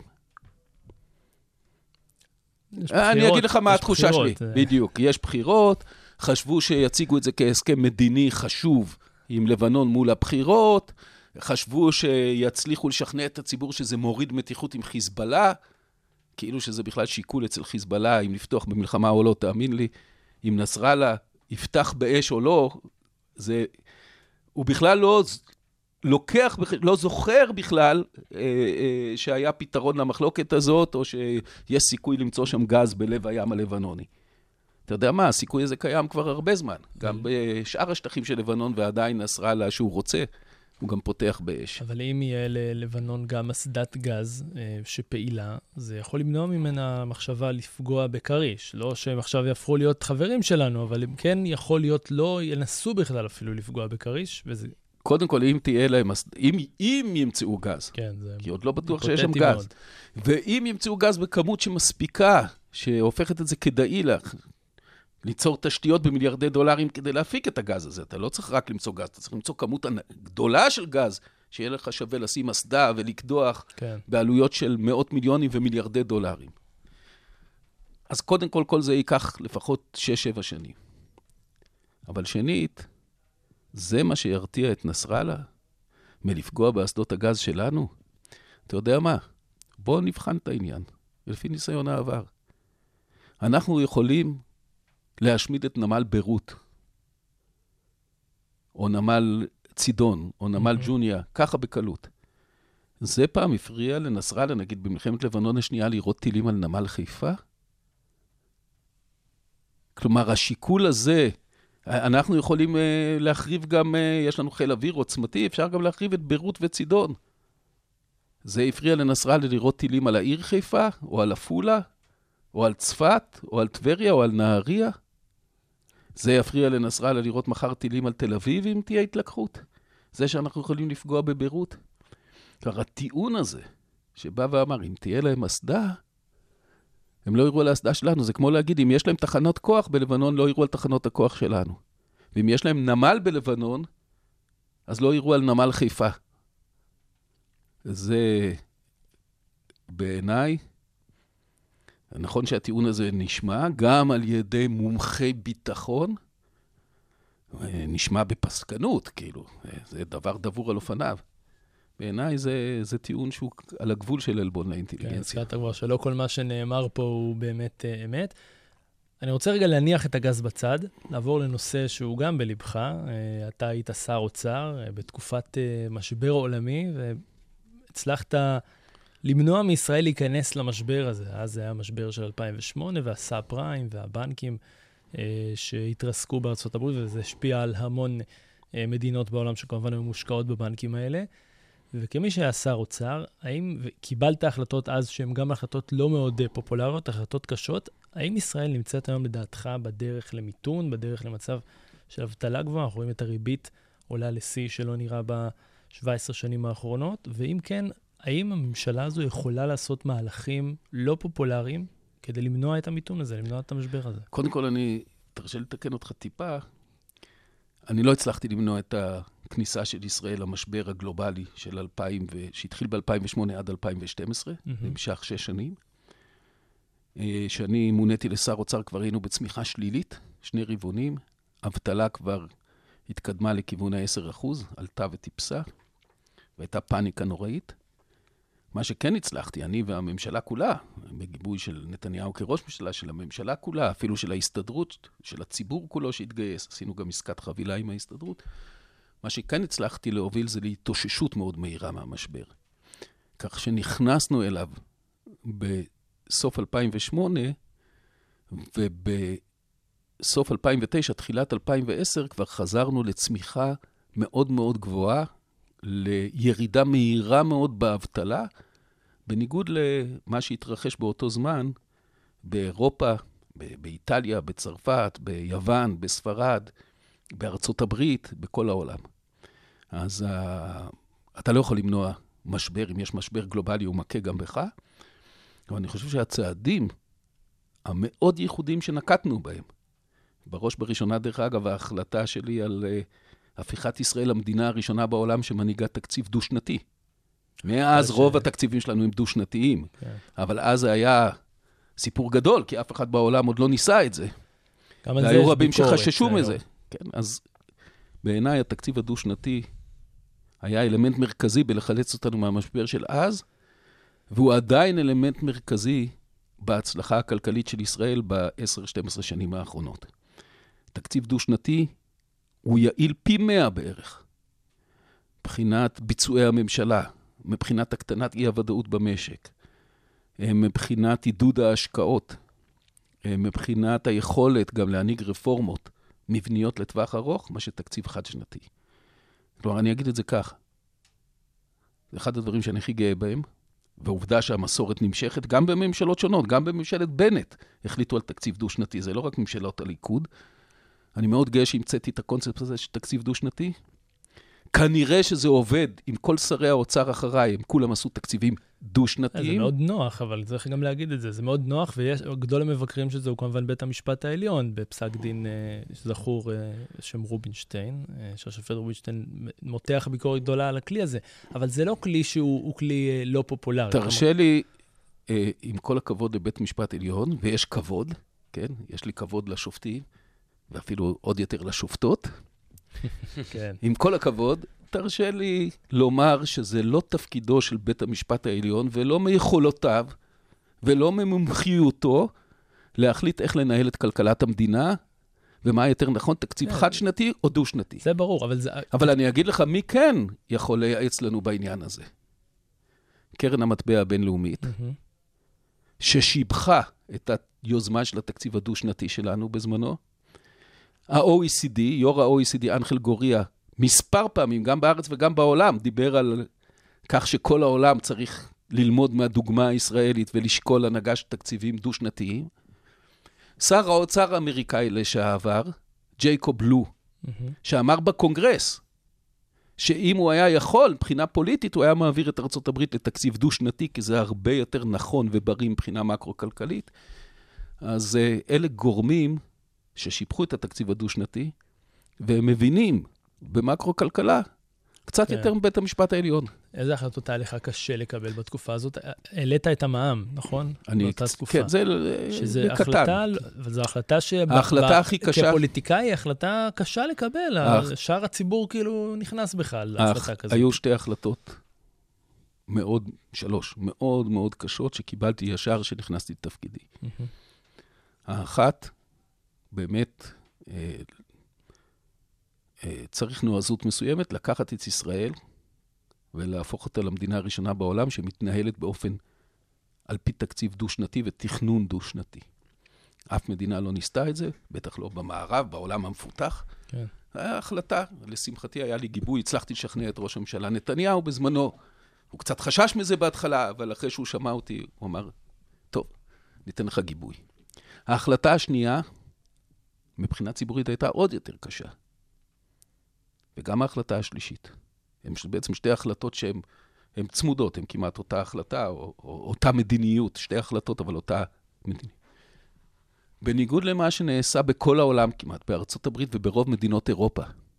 אני אגיד לך מה התחושה שלי. בדיוק, יש בחירות, חשבו שיציגו את זה כהסכם מדיני חשוב עם לבנון מול הבחירות, חשבו שיצליחו לשכנע את הציבור שזה מוריד מתיחות עם חיזבאללה, כאילו שזה בכלל שיקול אצל חיזבאללה, אם לפתוח במלחמה או לא, תאמין לי, אם נסראללה יפתח באש או לא, זה, הוא בכלל לא זוכר בכלל שהיה פתרון למחלוקת הזאת, או שיש סיכוי למצוא שם גז בלב הים הלבנוני. אתה יודע מה, הסיכוי הזה קיים כבר הרבה זמן, גם בשאר השטחים של לבנון, ועדיין נסראללה שהוא רוצה, הוא גם פותח באש. אבל אם יהיה ללבנון גם אסדת גז שפעילה, זה יכול למנוע ממנה מחשבה לפגוע בקריש. לא שהם עכשיו יהפכו להיות חברים שלנו, אבל הם כן יכול להיות, לא ינסו בכלל אפילו לפגוע בקריש, וזה... קודם כל, אם תהיה להם, אם ימצאו גז, כן, זה כי עוד לא בטוח שיש שם גז, מאוד. ואם ימצאו גז בכמות שמספיקה, שהופכת את זה כדאי לך, ליצור תשתיות במיליארדי דולרים כדי להפיק את הגז הזה. אתה לא צריך רק למצוא גז, אתה צריך למצוא כמות גדולה של גז, שיהיה לך שווה לשים אסדה ולקדוח בעלויות של מאות מיליונים ומיליארדי דולרים. אז קודם כל זה ייקח לפחות 6-7 שנים. אבל שנית, זה מה שירתיע את נסראללה מלפגוע באסדות הגז שלנו. אתה יודע מה? בוא נבחן את העניין, לפי ניסיון העבר. אנחנו יכולים להשמיד את נמל ביירות, או נמל צידון, או נמל ג'וניה, ככה בקלות. זה פעם הפריע לנסראללה, נגיד במלחמת לבנון השנייה, לירות טילים על נמל חיפה? כלומר, השיקול הזה, אנחנו יכולים להחריב גם, יש לנו חיל אוויר עוצמתי, אפשר גם להחריב את ביירות וצידון. זה הפריע לנסראללה לירות טילים על העיר חיפה, או על עפולה, או על צפת, או על טבריה, או על נהריה. זה יפריע לנסראללה לראות מחר טילים על תל אביב, אם תהיה התלקחות. זה שאנחנו יכולים לפגוע בביירות. כבר הטיעון הזה, שבא ואמר, אם תהיה להם אסדה, הם לא יראו על האסדה שלנו. זה כמו להגיד, אם יש להם תחנות כוח בלבנון, לא יראו על תחנות הכוח שלנו. ואם יש להם נמל בלבנון, אז לא יראו על נמל חיפה. זה בעיניי, נכון שהטיעון הזה נשמע גם על ידי מומחי ביטחון, נשמע בפסקנות, כאילו, זה דבר דבור על אופניו. בעיניי זה טיעון שהוא על הגבול של אלבון לאינטליגנציה. כן, הזכרת כבר שלא כל מה שנאמר פה הוא באמת אמת. אני רוצה רגע להניח את הגז בצד, לעבור לנושא שהוא גם בלבך. אתה היית שר אוצר בתקופת משבר עולמי, והצלחת למנוע מישראל להיכנס למשבר הזה. אז זה היה המשבר של 2008, והסאב פריים והבנקים שהתרסקו בארצות הברית, וזה השפיע על המון מדינות בעולם שכמובן היו מושקעות בבנקים האלה. וכמי שהיה שר אוצר, האם קיבלת החלטות אז שהן גם החלטות לא מאוד פופולריות, החלטות קשות, האם ישראל נמצאת היום לדעתך בדרך למיתון, בדרך למצב של אבטלה גבוהה? אנחנו רואים את הריבית עולה לשיא שלא נראה ב-17 שנים האחרונות, ואם כן, האם הממשלה הזו יכולה לעשות מהלכים לא פופולריים כדי למנוע את המיתון הזה, למנוע את המשבר הזה? קודם כל, תרשה לתקן אותך טיפה, אני לא הצלחתי למנוע את הכניסה של ישראל למשבר הגלובלי של 2000, שהתחיל ב-2008 עד 2012, נמשך 6 שנים. שאני מוניתי לשר אוצר, כבר היינו בצמיחה שלילית, 2 רבעונים, אבטלה כבר התקדמה לכיוון ה-10%, עלתה וטיפסה, והייתה פאניקה נוראית. מה שכן הצלחתי, אני והממשלה כולה, בגיבוי של נתניהו כראש ממשלה, של הממשלה כולה, אפילו של ההסתדרות, של הציבור כולו שהתגייס, עשינו גם עסקת חבילה עם ההסתדרות, מה שכן הצלחתי להוביל זה להתאוששות מאוד מהירה מהמשבר. כך שנכנסנו אליו בסוף 2008, ובסוף 2009, תחילת 2010, כבר חזרנו לצמיחה מאוד מאוד גבוהה, לירידה מהירה מאוד באבטלה, בניגוד למה שהתרחש באותו זמן, באירופה, באיטליה, בצרפת, ביוון, בספרד, בארצות הברית, בכל העולם. אז אתה לא יכול למנוע משבר, אם יש משבר גלובלי הוא מכה גם בך, אבל אני חושב שהצעדים המאוד ייחודיים שנקטנו בהם, בראש בראשונה דרך אגב, ההחלטה שלי על הפיכת ישראל למדינה הראשונה בעולם שמנהיגה תקציב דו-שנתי. מאז רוב התקציבים שלנו הם דו-שנתיים, אבל אז זה היה סיפור גדול, כי אף אחד בעולם עוד לא ניסה את זה. והיו רבים שחששו מזה. כן, אז בעיניי התקציב הדו-שנתי היה אלמנט מרכזי בלחלץ אותנו מהמשבר של אז, והוא עדיין אלמנט מרכזי בהצלחה הכלכלית של ישראל ב-10-12 שנים האחרונות. תקציב דו-שנתי הוא יעיל פי 100 בערך, מבחינת ביצועי הממשלה, מבחינת הקטנת אי-הוודאות במשק, מבחינת עידוד ההשקעות, מבחינת היכולת גם להנהיג רפורמות מבניות לטווח ארוך, מה שתקציב חד-שנתי. כלומר, אני אגיד את זה כך. זה אחד הדברים שאני הכי גאה בהם, והעובדה שהמסורת נמשכת גם בממשלות שונות, גם בממשלת בנט, החליטו על תקציב דו-שנתי. זה לא רק ממשלות הליכוד. אני מאוד גאה שהמצאתי את הקונספט הזה של תקציב דו-שנתי. כנראה שזה עובד עם כל שרי האוצר אחריי, הם כולם עשו תקציבים דו-שנתיים. זה מאוד נוח, אבל צריך גם להגיד את זה. זה מאוד נוח, ויש גדול המבקרים של זה, הוא כמובן בית המשפט העליון, בפסק דין זכור שם רובינשטיין, שהשופט רובינשטיין מותח ביקורת גדולה על הכלי הזה. אבל זה לא כלי שהוא כלי לא פופולרי. תרשה לי, עם כל הכבוד לבית המשפט העליון, ויש כבוד, כן? יש לי כבוד לשופטים, ואפילו עוד יותר לשופטות. כן. עם כל הכבוד, תרשה לי לומר שזה לא תפקידו של בית המשפט העליון, ולא מיכולותיו, ולא ממומחיותו, להחליט איך לנהל את כלכלת המדינה, ומה יותר נכון, תקציב חד-שנתי או דו-שנתי. זה ברור, אבל זה... אבל אני אגיד לך מי כן יכול לייעץ לנו בעניין הזה. קרן המטבע הבינלאומית, ששיבחה את היוזמה של התקציב הדו-שנתי שלנו בזמנו, ה-OECD, יו"ר ה-OECD, אנחל גוריה, מספר פעמים, גם בארץ וגם בעולם, דיבר על כך שכל העולם צריך ללמוד מהדוגמה הישראלית ולשקול הנהגה של תקציבים דו-שנתיים. שר האוצר האמריקאי לשעבר, ג'ייקוב לו, שאמר בקונגרס, שאם הוא היה יכול, מבחינה פוליטית, הוא היה מעביר את ארצות הברית לתקציב דו-שנתי, כי זה הרבה יותר נכון ובריא מבחינה מקרו-כלכלית. אז אלה גורמים ששיפחו את התקציב הדו-שנתי, והם מבינים במקרו-כלכלה, קצת יותר מבית המשפט העליון. איזה החלטות היה לך קשה לקבל בתקופה הזאת? העלית את המע"מ, נכון? באותה תקופה. כן, זה קטן. וזו החלטה ההחלטה הכי קשה. כפוליטיקאי, החלטה קשה לקבל. שאר הציבור כאילו נכנס בכלל להחלטה כזאת. היו 2 החלטות, מאוד מאוד קשות, שקיבלתי ישר שנכנסתי לתפקידי. האחת, באמת, צריך נועזות מסוימת, לקחת את ישראל ולהפוך אותה למדינה הראשונה בעולם שמתנהלת באופן על פי תקציב דו-שנתי ותכנון דו-שנתי. אף מדינה לא ניסתה את זה, בטח לא במערב, בעולם המפותח. כן. היה החלטה, לשמחתי היה לי גיבוי, הצלחתי לשכנע את ראש הממשלה נתניהו בזמנו. הוא קצת חשש מזה בהתחלה, אבל אחרי שהוא שמע אותי, הוא אמר, טוב, ניתן לך גיבוי. ההחלטה השנייה, מבחינה ציבורית, הייתה עוד יותר קשה. וגם ההחלטה השלישית. הן בעצם שתי החלטות שהן צמודות, הן כמעט אותה החלטה, או אותה מדיניות, שתי החלטות, אבל אותה מדיניות. בניגוד למה שנעשה בכל העולם כמעט, בארצות הברית וברוב מדינות אירופה.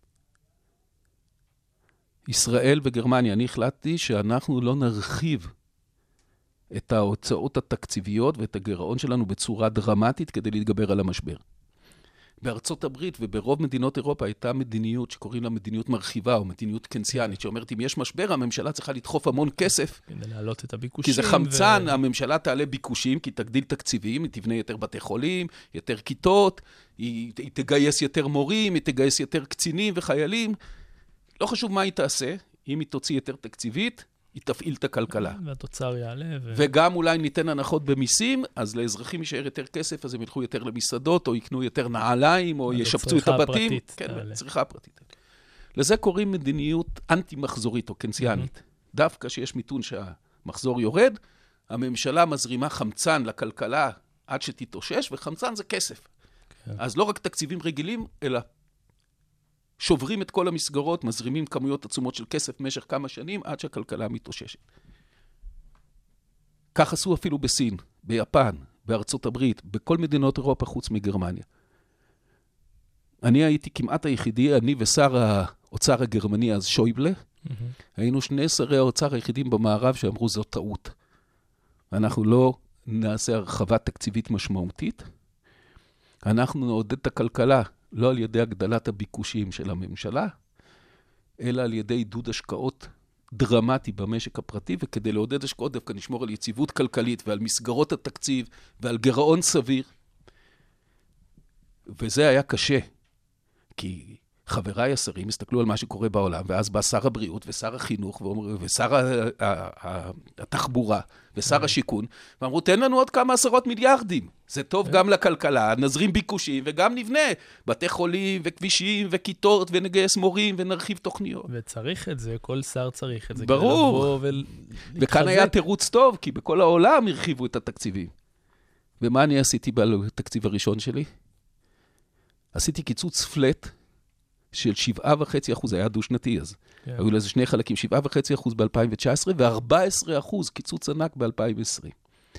ישראל וגרמניה, אני החלטתי שאנחנו לא נרחיב את ההוצאות התקציביות ואת הגירעון שלנו בצורה דרמטית כדי להתגבר על המשבר. בארצות הברית וברוב מדינות אירופה הייתה מדיניות שקוראים לה מדיניות מרחיבה או מדיניות קנסיאנית, שאומרת אם יש משבר הממשלה צריכה לדחוף המון כסף. כדי להעלות את הביקושים. כי זה חמצן, הממשלה תעלה ביקושים, כי תגדיל תקציבים, היא תבנה יותר בתי חולים, יותר כיתות, היא תגייס יותר מורים, היא תגייס יותר קצינים וחיילים. לא חשוב מה היא תעשה, אם היא תוציא יותר תקציבית, היא תפעיל את הכלכלה. והתוצר יעלה. וגם אולי ניתן הנחות במיסים, אז לאזרחים יישאר יותר כסף, אז הם ילכו יותר למסעדות, או יקנו יותר נעליים, או ישפצו את הבתים. כן, צריכה פרטית. לזה קוראים מדיניות אנטי-מחזורית או קנסיאנית. דווקא שיש מיתון שהמחזור יורד, הממשלה מזרימה חמצן לכלכלה עד שתתאושש, וחמצן זה כסף. אז לא רק תקציבים רגילים, אלא שוברים את כל המסגרות, מזרימים כמויות עצומות של כסף במשך כמה שנים, עד שהכלכלה מתאוששת. כך עשו אפילו בסין, ביפן, בארצות הברית, בכל מדינות אירופה חוץ מגרמניה. אני הייתי כמעט היחידי, אני ושר האוצר הגרמני אז שויבלה, היינו שני שרי האוצר היחידים במערב שאמרו זו טעות. אנחנו לא נעשה הרחבה תקציבית משמעותית, אנחנו נעודד את הכלכלה, לא על ידי הגדלת הביקושים של הממשלה, אלא על ידי עידוד השקעות דרמטי במשק הפרטי, וכדי לעודד השקעות דווקא נשמור על יציבות כלכלית ועל מסגרות התקציב ועל גירעון סביר. וזה היה קשה, כי חבריי השרים הסתכלו על מה שקורה בעולם, ואז בא שר הבריאות ושר החינוך ושר התחבורה ושר השיכון, ואמרו, תן לנו עוד כמה עשרות מיליארדים. זה טוב גם לכלכלה, נזרים ביקושים וגם נבנה בתי חולים וכבישים וכיתות ונגייס מורים ונרחיב תוכניות. וצריך את זה, כל שר צריך את זה. ברור. וכאן היה תירוץ טוב, כי בכל העולם הרחיבו את התקציבים. ומה אני עשיתי בתקציב הראשון שלי? עשיתי קיצוץ פלט, של 7.5%, היה דו-שנתי אז. היו לזה שני חלקים, 7.5% ב-2019, ו14% קיצוץ ענק ב-2020.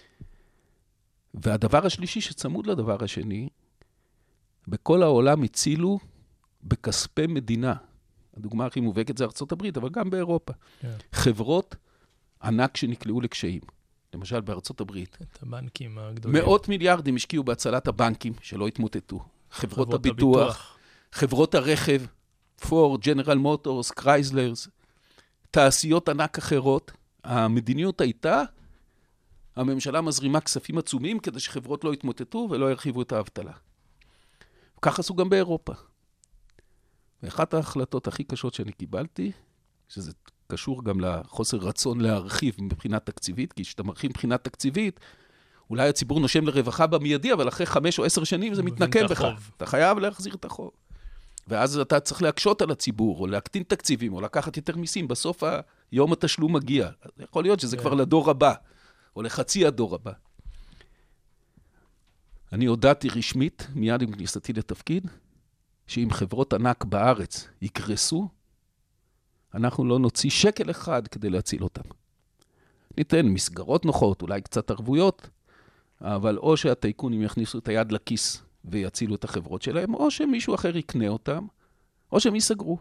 והדבר השלישי שצמוד לדבר השני, בכל העולם הצילו בכספי מדינה. הדוגמה הכי מובהקת זה ארצות הברית, אבל גם באירופה. חברות ענק שנקלעו לקשיים. למשל בארצות הברית. את הבנקים הגדולים. מאות מיליארדים השקיעו בהצלת הבנקים שלא התמוטטו. חברות הביטוח. חברות הרכב, פורד, ג'נרל מוטורס, קרייזלרס, תעשיות ענק אחרות. המדיניות הייתה, הממשלה מזרימה כספים עצומים כדי שחברות לא יתמוטטו ולא ירחיבו את האבטלה. וכך עשו גם באירופה. ואחת ההחלטות הכי קשות שאני קיבלתי, שזה קשור גם לחוסר רצון להרחיב מבחינה תקציבית, כי כשאתה מרחיב מבחינה תקציבית, אולי הציבור נושם לרווחה במיידי, אבל אחרי 5 או 10 שנים זה מתנקם בך. אתה חייב להחזיר את החוב. ואז אתה צריך להקשות על הציבור, או להקטין תקציבים, או לקחת יותר מיסים. בסוף יום התשלום מגיע. יכול להיות שזה כבר לדור הבא, או לחצי הדור הבא. אני הודעתי רשמית, מיד עם כניסתי לתפקיד, שאם חברות ענק בארץ יקרסו, אנחנו לא נוציא שקל אחד כדי להציל אותם. ניתן מסגרות נוחות, אולי קצת ערבויות, אבל או שהטייקונים יכניסו את היד לכיס ויצילו את החברות שלהם, או שמישהו אחר יקנה אותם, או שהם ייסגרו.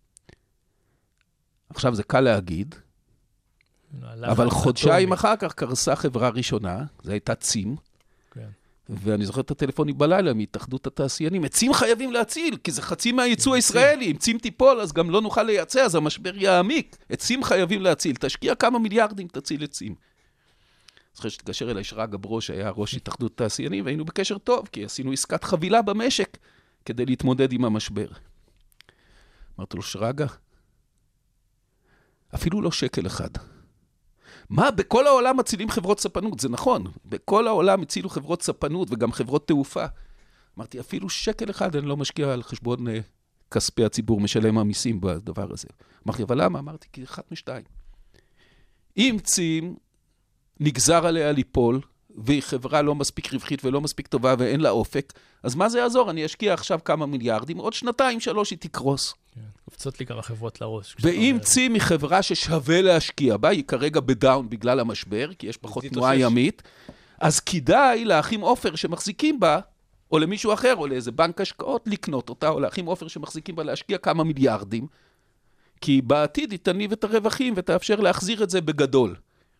עכשיו זה קל להגיד, אבל חודשיים אחר כך קרסה חברה ראשונה, זו הייתה צים, ואני זוכר את הטלפונים בלילה מהתאחדות התעשיינים, את צים חייבים להציל, כי זה חצי מהייצוא הישראלי, אם צים תיפול אז גם לא נוכל לייצא, אז המשבר יעמיק, את צים חייבים להציל, תשקיע כמה מיליארדים תציל את צים. זוכר שתקשר אליי שרגא ברוש, שהיה ראש התאחדות התעשיינים, והיינו בקשר טוב, כי עשינו עסקת חבילה במשק, כדי להתמודד עם המשבר. אמרתי לו, שרגא, אפילו לא שקל אחד. מה? בכל העולם מצילים חברות ספנות, זה נכון. בכל העולם הצילו חברות ספנות וגם חברות תעופה. אמרתי, אפילו שקל אחד אני לא משקיע על חשבון כספי הציבור, משלם המיסים בדבר הזה. אמרתי, אבל למה? אמרתי, כי אחת משתיים. אם צים נגזר עליה ליפול, והיא חברה לא מספיק רווחית ולא מספיק טובה ואין לה אופק, אז מה זה יעזור? אני אשקיע עכשיו כמה מיליארדים, עוד 2-3 היא תקרוס. קופצות לי כמה חברות לראש. ואם צים היא חברה ששווה להשקיע בה, היא כרגע בדאון בגלל המשבר, כי יש פחות תנועה ימית, אז כדאי להאחים אופר שמחזיקים בה, או למישהו אחר, או לאיזה בנק השקעות, לקנות אותה, או להאחים אופר שמחזיקים בה להשקיע כמה מיליארדים, כי בעתיד היא תניב את הרווחים ותאפשר להחזיר את זה בגדול.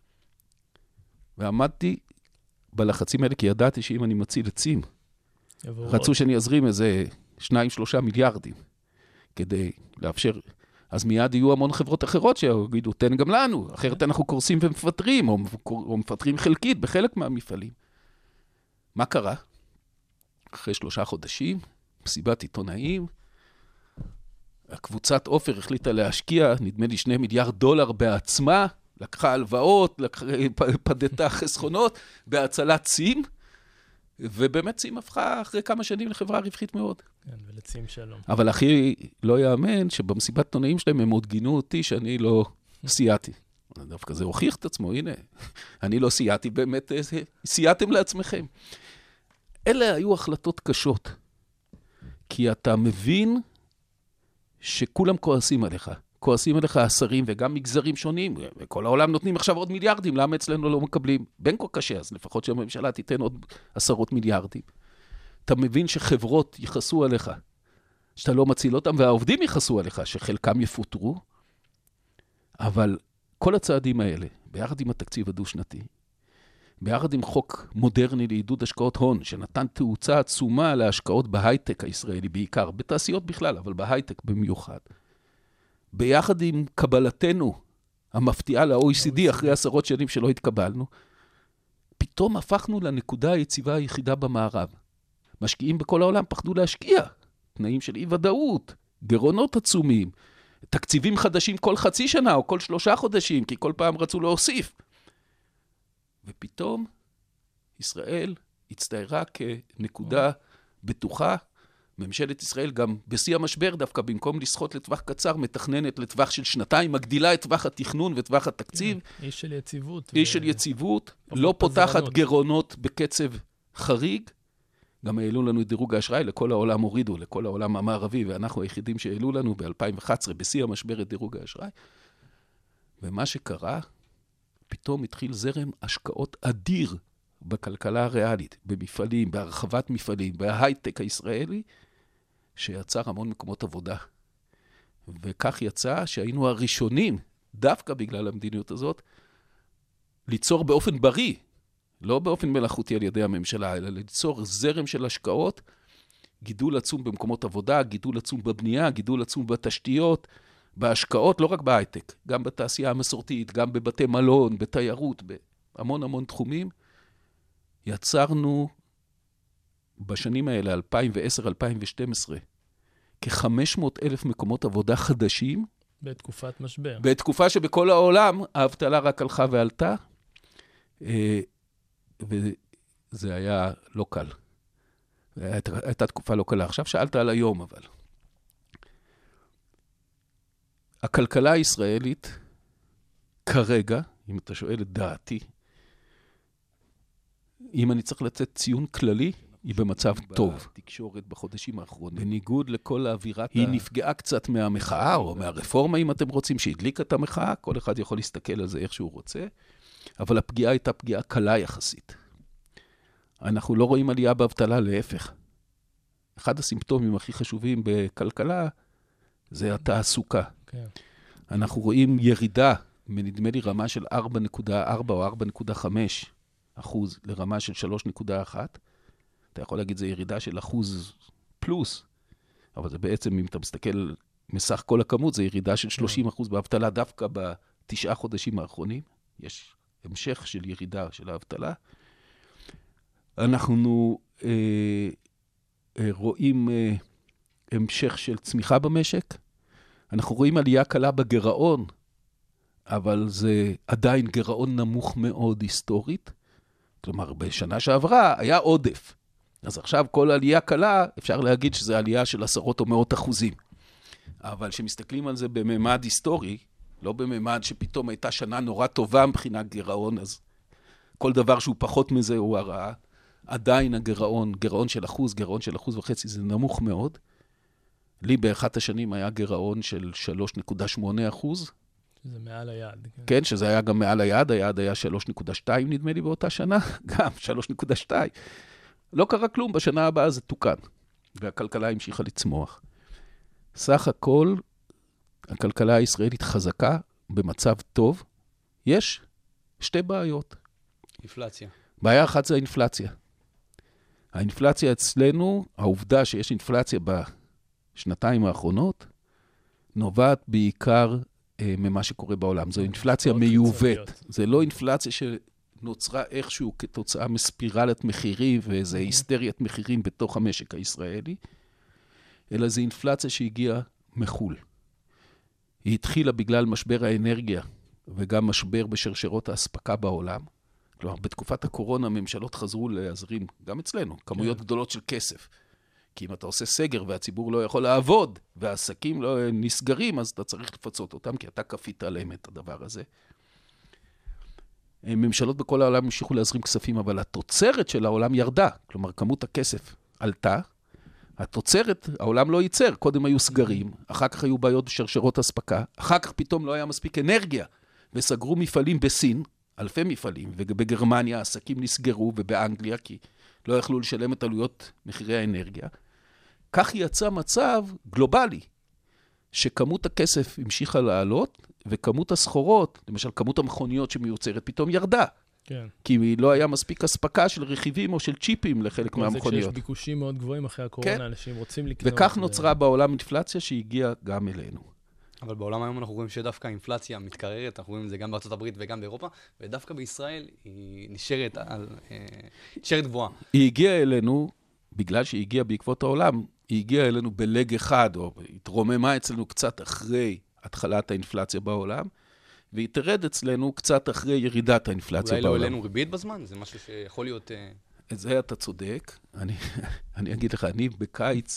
ועמדתי בלחצים האלה, כי ידעתי שאם אני מציל את צים, רצו שאני אזרים איזה 2-3 מיליארדים, כדי לאפשר, אז מיד יהיו המון חברות אחרות שיגידו, תן גם לנו, אחרת אנחנו קורסים ומפטרים, או מפטרים חלקית בחלק מהמפעלים. מה קרה? אחרי 3 חודשים, מסיבת עיתונאים, הקבוצת אופר החליטה להשקיע, נדמה לי $2 מיליארד בעצמה, לקחה הלוואות, פדתה חסכונות, בהצלת צים, ובאמת צים הפכה אחרי כמה שנים לחברה רווחית מאוד. כן, ולצים שלום. אבל הכי לא יאמן שבמסיבת עיתונאים שלהם הם עוד גינו אותי שאני לא סייעתי. דווקא זה הוכיח את עצמו, הנה, אני לא סייעתי, באמת סייעתם לעצמכם. אלה היו החלטות קשות, כי אתה מבין שכולם כועסים עליך. כועסים עליך השרים וגם מגזרים שונים, וכל העולם נותנים עכשיו עוד מיליארדים, למה אצלנו לא מקבלים? בין כה קשה, אז לפחות שהממשלה תיתן עוד 10 מיליארדים. אתה מבין שחברות יחסו עליך, שאתה לא מציל אותם, והעובדים יחסו עליך, שחלקם יפוטרו, אבל כל הצעדים האלה, ביחד עם התקציב הדו-שנתי, ביחד עם חוק מודרני לעידוד השקעות הון, שנתן תאוצה עצומה להשקעות בהייטק הישראלי בעיקר, בתעשיות בכלל, אבל בהייטק במיוחד, ביחד עם קבלתנו המפתיעה ל-OECD אחרי 10 שנים שלא התקבלנו, פתאום הפכנו לנקודה היציבה היחידה במערב. משקיעים בכל העולם פחדו להשקיע. תנאים של אי-ודאות, גירעונות עצומים, תקציבים חדשים כל חצי שנה או כל 3 חודשים, כי כל פעם רצו להוסיף. ופתאום ישראל הצטיירה כנקודה בטוחה. ממשלת ישראל גם בשיא המשבר דווקא במקום לשחות לטווח קצר, מתכננת לטווח של 2 מגדילה את טווח התכנון וטווח התקציב. איש של יציבות. איש של יציבות, לא פותחת גירעונות בקצב חריג. גם העלו לנו את דירוג האשראי, לכל העולם הורידו, לכל העולם המערבי, ואנחנו היחידים שהעלו לנו ב-2011, בשיא המשבר את דירוג האשראי. ומה שקרה, פתאום התחיל זרם השקעות אדיר בכלכלה הריאלית, במפעלים, בהרחבת מפעלים, בהייטק הישראלי, שיצר המון מקומות עבודה. וכך יצא שהיינו הראשונים, דווקא בגלל המדיניות הזאת, ליצור באופן בריא, לא באופן מלאכותי על ידי הממשלה, אלא ליצור זרם של השקעות, גידול עצום במקומות עבודה, גידול עצום בבנייה, גידול עצום בתשתיות, בהשקעות, לא רק בהייטק, גם בתעשייה המסורתית, גם בבתי מלון, בתיירות, בהמון המון תחומים. יצרנו בשנים האלה, 2010-2012, כ-500,000 מקומות עבודה חדשים. בתקופת משבר. בתקופה שבכל העולם האבטלה רק הלכה ועלתה, וזה היה לא קל. הייתה תקופה לא קלה. עכשיו שאלת על היום, אבל. הכלכלה הישראלית, כרגע, אם אתה שואל את דעתי, אם אני צריך לצאת ציון כללי, היא במצב טוב. בתקשורת בחודשים האחרונים. בניגוד לכל האווירת, היא נפגעה קצת מהמחאה, או מהרפורמה, אם אתם רוצים, שהדליקה את המחאה, כל אחד יכול להסתכל על זה איך שהוא רוצה, אבל הפגיעה הייתה פגיעה קלה יחסית. אנחנו לא רואים עלייה באבטלה, להפך. אחד הסימפטומים הכי חשובים בכלכלה, זה התעסוקה. כן. אנחנו רואים ירידה, מנדמה לי רמה של 4.4 או 4.5% לרמה של 3.1. אתה יכול להגיד, זה ירידה של 1% פלוס, אבל זה בעצם, אם אתה מסתכל מסך כל הכמות, זה ירידה של 30% באבטלה, דווקא ב9 חודשים האחרונים. יש המשך של ירידה של האבטלה. אנחנו רואים המשך של צמיחה במשק. אנחנו רואים עלייה קלה בגירעון, אבל זה עדיין גירעון נמוך מאוד היסטורית. כלומר, בשנה שעברה היה עודף. אז עכשיו כל עלייה קלה, אפשר להגיד שזה עלייה של 10 או מאות אחוזים. אבל כשמסתכלים על זה בממד היסטורי, לא בממד שפתאום הייתה שנה נורא טובה מבחינת גירעון, אז כל דבר שהוא פחות מזה הוא הרעה. עדיין הגירעון, גירעון של 1%, גירעון של 1.5%, זה נמוך מאוד. לי באחת השנים היה גירעון של 3.8%. שזה מעל היעד. כן, שזה היה גם מעל היעד, היעד היה 3.2 נדמה לי באותה שנה, גם 3.2. לא קרה כלום, בשנה הבאה זה תוקן, והכלכלה המשיכה לצמוח. סך הכל, הכלכלה הישראלית חזקה, במצב טוב, יש 2 בעיות. אינפלציה. בעיה אחת זה האינפלציה. האינפלציה אצלנו, העובדה שיש אינפלציה בשנתיים האחרונות, נובעת בעיקר ממה שקורה בעולם. זו אינפלציה מיובאת. זה לא אינפלציה שנוצרה איכשהו כתוצאה מספירלת מחירים ואיזו היסטריית מחירים בתוך המשק הישראלי, אלא זו אינפלציה שהגיעה מחול. היא התחילה בגלל משבר האנרגיה וגם משבר בשרשרות האספקה בעולם. כלומר, בתקופת הקורונה הממשלות חזרו להזרים, גם אצלנו, כמויות גדולות של כסף. כי אם אתה עושה סגר והציבור לא יכול לעבוד, והעסקים לא נסגרים, אז אתה צריך לפצות אותם, כי אתה כפית עליהם את הדבר הזה. ממשלות בכל העולם המשיכו להזרים כספים, אבל התוצרת של העולם ירדה. כלומר, כמות הכסף עלתה. התוצרת, העולם לא ייצר. קודם היו סגרים, אחר כך היו בעיות בשרשרות אספקה, אחר כך פתאום לא היה מספיק אנרגיה, וסגרו מפעלים בסין, אלפי מפעלים, ובגרמניה העסקים נסגרו, ובאנגליה, כי לא יכלו לשלם את עלויות מחירי האנרגיה. כך יצא מצב גלובלי, שכמות הכסף המשיכה לעלות, וכמות הסחורות, למשל כמות המכוניות שמיוצרת, פתאום ירדה. כן. כי לא היה מספיק הספקה של רכיבים או של צ'יפים לחלק מהמכוניות. זה כשיש ביקושים מאוד גבוהים אחרי הקורונה, כן. אנשים רוצים לקנות. וכך נוצרה בעולם אינפלציה שהגיעה גם אלינו. אבל בעולם היום אנחנו רואים שדווקא האינפלציה מתקררת, אנחנו רואים את זה גם בארצות הברית וגם באירופה, ודווקא בישראל היא נשארת גבוהה. היא הגיעה אלינו, בגלל שהיא הגיעה בעקבות העולם, היא הגיעה אלינו בלג אחד, או התרוממה אצלנו קצת אחרי התחלת האינפלציה בעולם, והיא תרד אצלנו קצת אחרי ירידת האינפלציה בעולם. אולי לא אלינו ריבית בזמן? זה משהו שיכול להיות... את זה אתה צודק. אני אגיד לך, אני בקיץ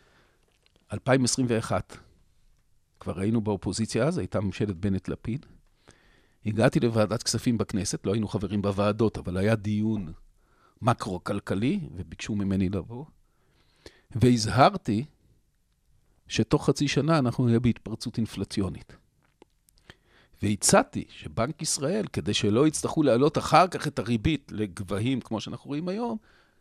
2021, כבר היינו באופוזיציה אז, הייתה ממשלת בנט-לפיד. הגעתי לוועדת כספים בכנסת, לא היינו חברים בוועדות, אבל היה דיון מקרו-כלכלי, וביקשו ממני לבוא. והזהרתי שתוך חצי שנה אנחנו נהיה בהתפרצות אינפלציונית. והצעתי שבנק ישראל, כדי שלא יצטרכו להעלות אחר כך את הריבית לגבהים, כמו שאנחנו רואים היום,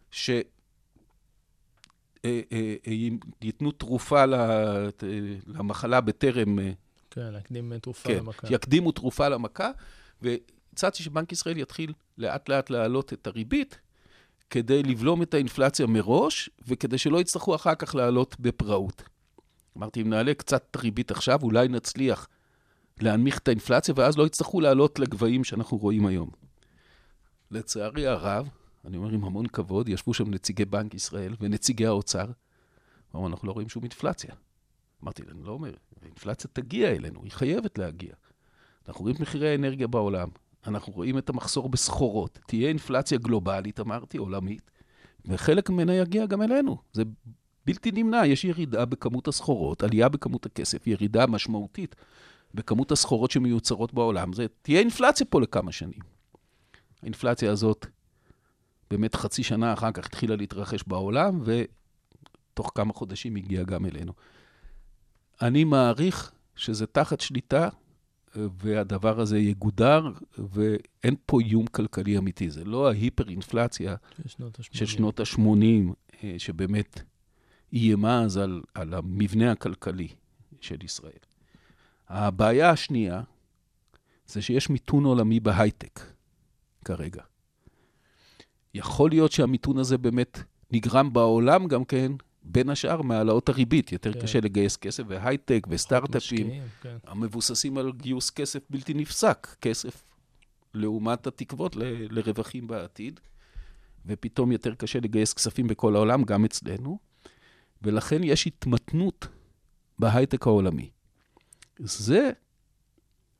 ייתנו תרופה למחלה בטרם... כן, להקדים תרופה למכה. יקדימו תרופה למכה, והצעתי שבנק ישראל יתחיל לאט לאט להעלות את הריבית, כדי לבלום את האינפלציה מראש, וכדי שלא יצטרכו אחר כך להעלות בפראות. אמרתי, אם נעלה קצת ריבית עכשיו, אולי נצליח להנמיך את האינפלציה, ואז לא יצטרכו לעלות לגבהים שאנחנו רואים היום. לצערי הרב, אני אומר עם המון כבוד, ישבו שם נציגי בנק ישראל ונציגי האוצר, ואומרים, אנחנו לא רואים שום אינפלציה. אמרתי, אני לא אומר, האינפלציה תגיע אלינו, היא חייבת להגיע. אנחנו רואים את מחירי האנרגיה בעולם, אנחנו רואים את המחסור בסחורות, תהיה אינפלציה גלובלית, אמרתי, עולמית, וחלק ממנה יגיע גם אלינו. זה בלתי נמנע, יש ירידה בכמות הסחורות, עלייה בכמות הכסף, ירידה משמעותית בכמות הסחורות שמיוצרות בעולם, זה תהיה אינפלציה פה לכמה שנים. האינפלציה הזאת באמת חצי שנה אחר כך התחילה להתרחש בעולם, ותוך כמה חודשים הגיעה גם אלינו. אני מעריך שזה תחת שליטה, והדבר הזה יגודר, ואין פה איום כלכלי אמיתי. זה לא ההיפר-אינפלציה של שנות ה-80, שבאמת איימה אז על המבנה הכלכלי של ישראל. הבעיה השנייה, זה שיש מיתון עולמי בהייטק כרגע. יכול להיות שהמיתון הזה באמת נגרם בעולם גם כן, בין השאר מעלות הריבית. יותר קשה לגייס כסף, והייטק וסטארט-אפים, המבוססים על גיוס כסף בלתי נפסק, כסף לעומת התקוות לרווחים בעתיד, ופתאום יותר קשה לגייס כספים בכל העולם, גם אצלנו, ולכן יש התמתנות בהייטק העולמי. זה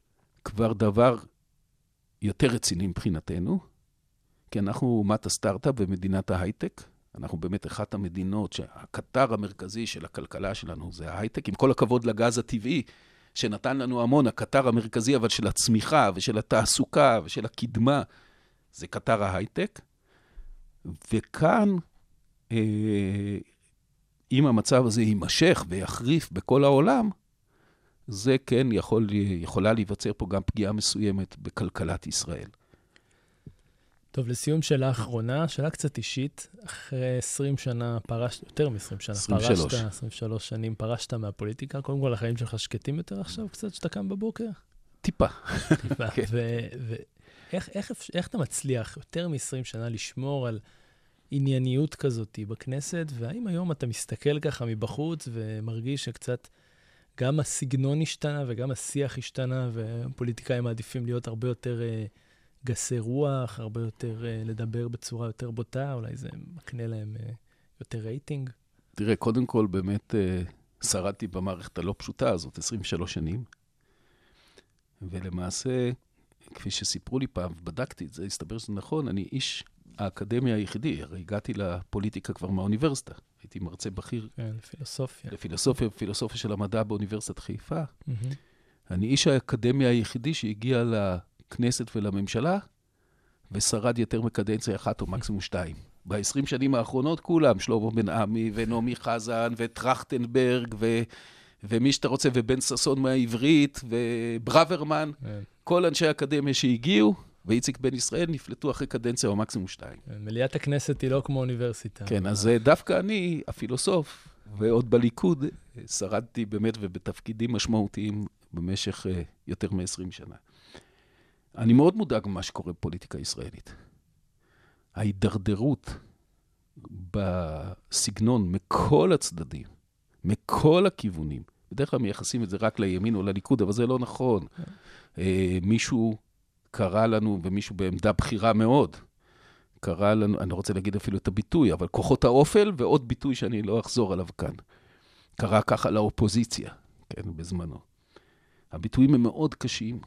כבר דבר יותר רציני מבחינתנו, כי אנחנו אומת הסטארט-אפ ומדינת ההייטק, אנחנו באמת אחת המדינות שהקטר המרכזי של הכלכלה שלנו זה ההייטק, עם כל הכבוד לגז הטבעי, שנתן לנו המון, הקטר המרכזי, אבל של הצמיחה ושל התעסוקה ושל הקדמה, זה קטר ההייטק. וכאן, אם המצב הזה יימשך ויחריף בכל העולם, זה כן יכולה להיווצר פה גם פגיעה מסוימת בכלכלת ישראל. טוב, לסיום שאלה אחרונה, שאלה קצת אישית, אחרי 20 שנה פרשת, יותר מ-20 שנה, 23. 23 שנים פרשת מהפוליטיקה, קודם כל החיים שלך שקטים יותר עכשיו קצת, שאתה קם בבוקר? טיפה. טיפה. ואיך אתה מצליח יותר מ-20 שנה לשמור על ענייניות כזאת בכנסת, והאם היום אתה מסתכל ככה מבחוץ ומרגיש שקצת גם הסגנון השתנה וגם השיח השתנה, ופוליטיקאים מעדיפים להיות הרבה יותר גסי רוח, הרבה יותר לדבר בצורה יותר בוטה, אולי זה מקנה להם יותר רייטינג? תראה, קודם כל באמת שרדתי במערכת הלא פשוטה הזאת, 23 שנים, ולמעשה, כפי שסיפרו לי פעם, בדקתי את זה, הסתבר שזה נכון, אני איש האקדמיה היחידי, הרי הגעתי לפוליטיקה כבר מהאוניברסיטה, הייתי מרצה בכיר. כן, לפילוסופיה. לפילוסופיה של המדע באוניברסיטת חיפה. אני איש האקדמיה היחידי שהגיע לכנסת ולממשלה, ושרד יותר מקדנציה אחת או מקסימום 2. ב-20 שנים האחרונות כולם, שלמה בן עמי ונעמי חזן וטרכטנברג ומי שאתה רוצה, ובן ששון מהעברית וברוורמן, כל אנשי האקדמיה שהגיעו, ואיציק בן ישראל נפלטו אחרי קדנציה או מקסימום 2. מליאת הכנסת היא לא כמו אוניברסיטה. כן, אז דווקא אני, הפילוסוף, ועוד בליכוד, שרדתי באמת ובתפקידים משמעותיים במשך יותר מ-20 שנה. אני מאוד מודאג ממה שקורה בפוליטיקה הישראלית. ההידרדרות בסגנון מכל הצדדים, מכל הכיוונים, בדרך כלל מייחסים את זה רק לימין או לליכוד, אבל זה לא נכון. מישהו קרא לנו, ומישהו בעמדה בחירה מאוד, קרא לנו, אני לא רוצה להגיד אפילו את הביטוי, אבל כוחות האופל, ועוד ביטוי שאני לא אחזור עליו כאן. קרא ככה לאופוזיציה, כן, בזמנו. הביטויים הם מאוד קשים,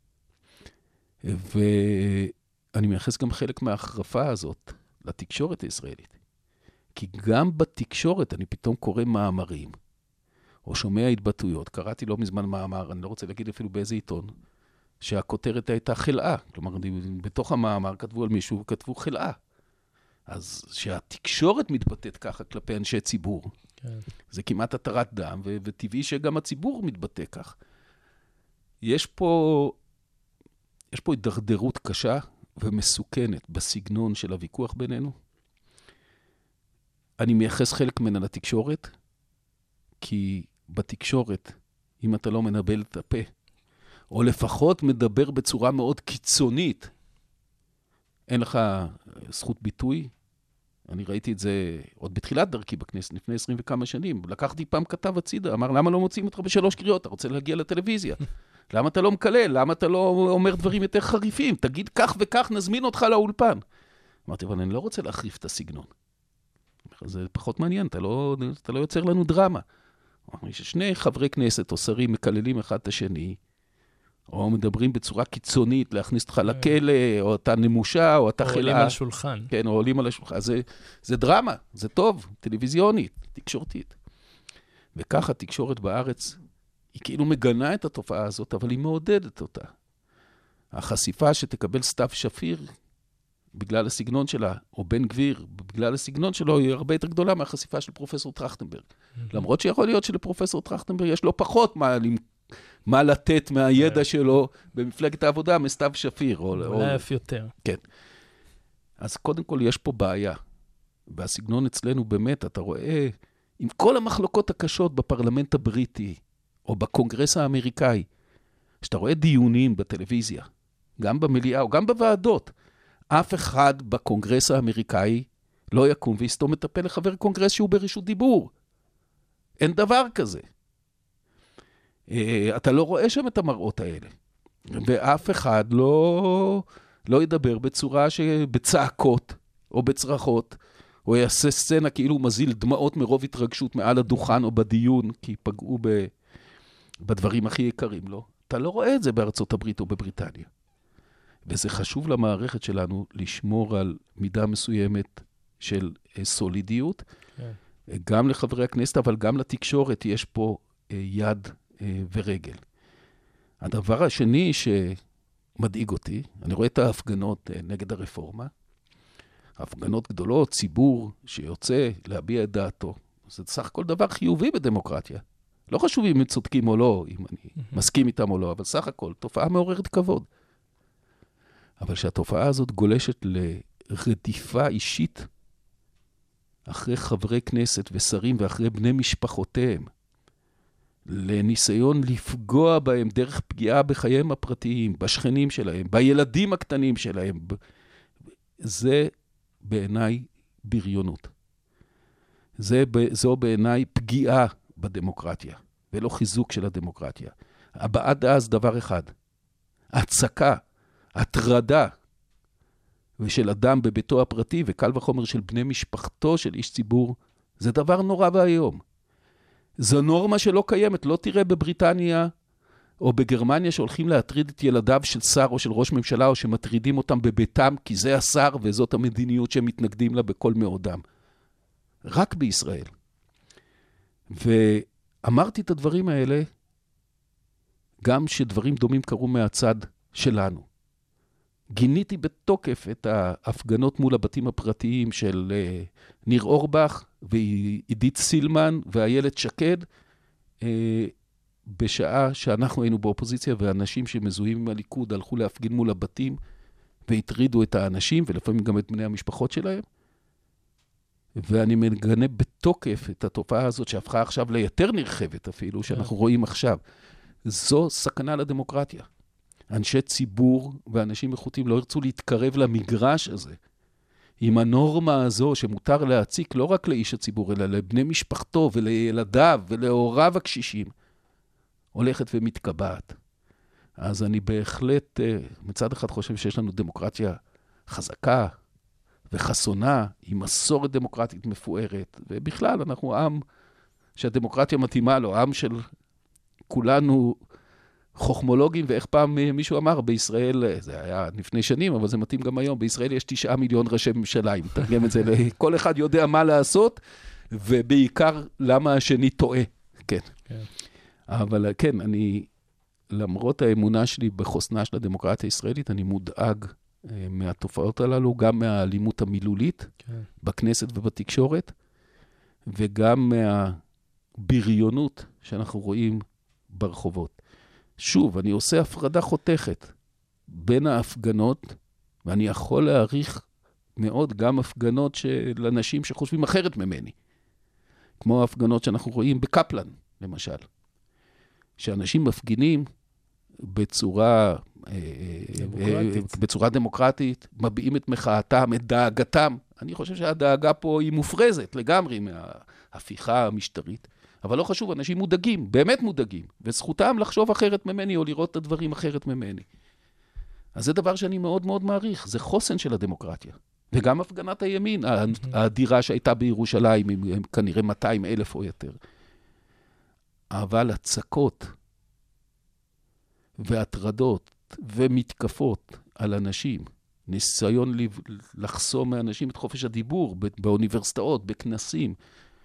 ואני מייחס גם חלק מההחרפה הזאת לתקשורת הישראלית. כי גם בתקשורת אני פתאום קורא מאמרים, או שומע התבטאויות. קראתי לא מזמן מאמר, אני לא רוצה להגיד אפילו באיזה עיתון, שהכותרת הייתה חלאה. כלומר, בתוך המאמר כתבו על מישהו, כתבו חלאה. אז שהתקשורת מתבטאת ככה כלפי אנשי ציבור, כן. זה כמעט התרת דם, וטבעי שגם הציבור מתבטא כך. יש פה הידרדרות קשה ומסוכנת בסגנון של הוויכוח בינינו. אני מייחס חלק ממנה לתקשורת, כי בתקשורת, אם אתה לא מנבל את הפה, או לפחות מדבר בצורה מאוד קיצונית, אין לך זכות ביטוי. אני ראיתי את זה עוד בתחילת דרכי בכנסת, לפני 20 וכמה שנים. לקחתי פעם כתב הצידה, אמר, למה לא מוצאים אותך ב3 קריאות? אתה רוצה להגיע לטלוויזיה. למה אתה לא מקלל? למה אתה לא אומר דברים יותר חריפים? תגיד כך וכך, נזמין אותך לאולפן. אמרתי, אבל אני לא רוצה להחריף את הסגנון. זה פחות מעניין, אתה לא יוצר לנו דרמה. ששני חברי כנסת או שרים מקללים אחד את השני, או מדברים בצורה קיצונית, להכניס אותך לכלא, או אתה נמושה, או אתה חלאה. או עולים על השולחן. כן, או עולים על השולחן. זה דרמה, זה טוב, טלוויזיונית, תקשורתית. וככה תקשורת בארץ, היא כאילו מגנה את התופעה הזאת, אבל היא מעודדת אותה. החשיפה שתקבל סתיו שפיר, בגלל הסגנון שלה, או בן גביר, בגלל הסגנון שלו, היא הרבה יותר גדולה מהחשיפה של פרופסור טרכטנברג. למרות שיכול להיות שלפרופסור טרכטנברג יש לו פחות מה לתת מהידע שלו במפלגת העבודה, מסתיו שפיר. אולי אף יותר. כן. אז קודם כל יש פה בעיה. והסגנון אצלנו באמת, אתה רואה, עם כל המחלוקות הקשות בפרלמנט הבריטי, או בקונגרס האמריקאי, שאתה רואה דיונים בטלוויזיה, גם במליאה או גם בוועדות, אף אחד בקונגרס האמריקאי לא יקום ויסתום את הפה לחבר קונגרס שהוא ברשות דיבור. אין דבר כזה. אתה לא רואה שם את המראות האלה. ואף אחד לא ידבר בצורה בצעקות או בצרחות, או יעשה סצנה כאילו מזיל דמעות מרוב התרגשות מעל הדוכן או בדיון, כי פגעו בדברים הכי יקרים לו. אתה לא רואה את זה בארצות הברית או בבריטניה. וזה חשוב למערכת שלנו לשמור על מידה מסוימת של סולידיות, גם לחברי הכנסת, אבל גם לתקשורת יש פה יד ורגל. הדבר השני שמדאיג אותי, אני רואה את ההפגנות נגד הרפורמה, הפגנות גדולות, ציבור שיוצא להביע את דעתו. זה סך הכל דבר חיובי בדמוקרטיה. לא חשוב אם הם צודקים או לא, אם אני מסכים איתם או לא, אבל סך הכל תופעה מעוררת כבוד. אבל שהתופעה הזאת גולשת לרדיפה אישית אחרי חברי כנסת ושרים ואחרי בני משפחותיהם, לניסיון לפגוע בהם דרך פגיעה בחייהם הפרטיים, בשכנים שלהם, בילדים הקטנים שלהם, זה בעיניי בריונות. זו בעיניי פגיעה בדמוקרטיה, ולא חיזוק של הדמוקרטיה. הבעת אז דבר אחד, הצקה, הטרדה, ושל אדם בביתו הפרטי, וקל וחומר של בני משפחתו של איש ציבור, זה דבר נורא והיום. זו נורמה שלא קיימת, לא תראה בבריטניה או בגרמניה שהולכים להטריד את ילדיו של שר או של ראש ממשלה, או שמטרידים אותם בביתם, כי זה השר וזאת המדיניות שהם מתנגדים לה בכל מאודם. רק בישראל. ואמרתי את הדברים האלה, גם שדברים דומים קרו מהצד שלנו. גיניתי בתוקף את ההפגנות מול הבתים הפרטיים של ניר אורבך ועידית סילמן ואיילת שקד, בשעה שאנחנו היינו באופוזיציה, ואנשים שמזוהים עם הליכוד הלכו להפגין מול הבתים והטרידו את האנשים, ולפעמים גם את בני המשפחות שלהם. ואני מגנה בתוקף את התופעה הזאת שהפכה עכשיו ליותר נרחבת אפילו, שאנחנו רואים עכשיו. זו סכנה לדמוקרטיה. אנשי ציבור ואנשים איכותיים לא ירצו להתקרב למגרש הזה, עם הנורמה הזו שמותר להציק לא רק לאיש הציבור, אלא לבני משפחתו ולילדיו ולהוריו הקשישים, הולכת ומתקבעת. אז אני בהחלט מצד אחד חושב שיש לנו דמוקרטיה חזקה וחסונה, עם מסורת דמוקרטית מפוארת, ובכלל אנחנו עם שהדמוקרטיה מתאימה לו, עם של כולנו חוכמולוגים, ואיך פעם מישהו אמר, בישראל, זה היה לפני שנים, אבל זה מתאים גם היום, בישראל יש 9 מיליון ראשי ממשלה, אם תרגם את זה, כל אחד יודע מה לעשות, ובעיקר למה השני טועה. כן. אבל כן, אני, למרות האמונה שלי בחוסנה של הדמוקרטיה הישראלית, אני מודאג מהתופעות הללו, גם מהאלימות המילולית, בכנסת ובתקשורת, וגם מהבריונות שאנחנו רואים ברחובות. שוב, אני עושה הפרדה חותכת בין ההפגנות, ואני יכול להעריך מאוד גם הפגנות של אנשים שחושבים אחרת ממני. כמו ההפגנות שאנחנו רואים בקפלן, למשל. שאנשים מפגינים בצורה דמוקרטית, מביעים את מחאתם, את דאגתם. אני חושב שהדאגה פה היא מופרזת לגמרי מההפיכה המשטרית. אבל לא חשוב, אנשים מודאגים, באמת מודאגים, וזכותם לחשוב אחרת ממני או לראות את הדברים אחרת ממני. אז זה דבר שאני מאוד מאוד מעריך, זה חוסן של הדמוקרטיה. וגם הפגנת הימין, האדירה שהייתה בירושלים, עם כנראה 200,000 או יותר. אבל הצקות והטרדות ומתקפות על אנשים, ניסיון לחסום מאנשים את חופש הדיבור באוניברסיטאות, בכנסים,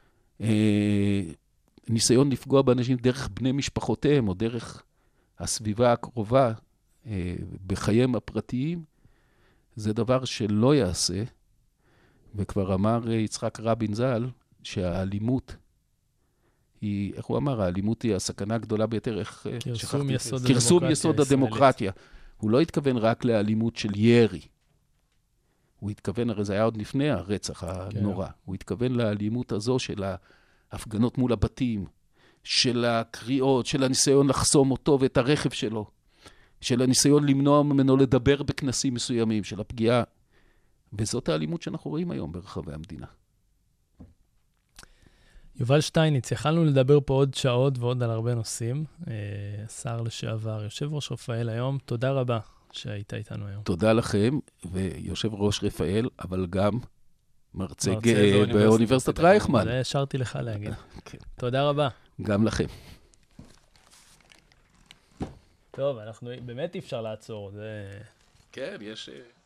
ניסיון לפגוע באנשים דרך בני משפחותיהם או דרך הסביבה הקרובה בחייהם הפרטיים, זה דבר שלא יעשה, וכבר אמר יצחק רבין ז"ל שהאלימות היא, איך הוא אמר, האלימות היא הסכנה הגדולה ביותר, איך כרסום יסוד הדמוקרטיה. הוא לא התכוון רק לאלימות של ירי. הוא התכוון, הרי זה היה עוד לפני הרצח הנורא. הוא התכוון לאלימות הזו של ההפגנות מול הבתים, של הקריאות, של הניסיון לחסום אותו ואת הרכב שלו, של הניסיון למנוע ממנו לדבר בכנסים מסוימים, של הפגיעה. וזאת האלימות שאנחנו רואים היום ברחבי המדינה. יובל שטייניץ, יכלנו לדבר פה עוד שעות ועוד על הרבה נושאים. שר לשעבר, יושב ראש רפאל היום, תודה רבה שהיית איתנו היום. תודה לכם, ויושב ראש רפאל, אבל גם מרצה באוניברסיטת רייכמן. זה השארתי לך להגיד. תודה רבה. גם לכם. טוב, אנחנו באמת אי אפשר לעצור. זה... כן, יש...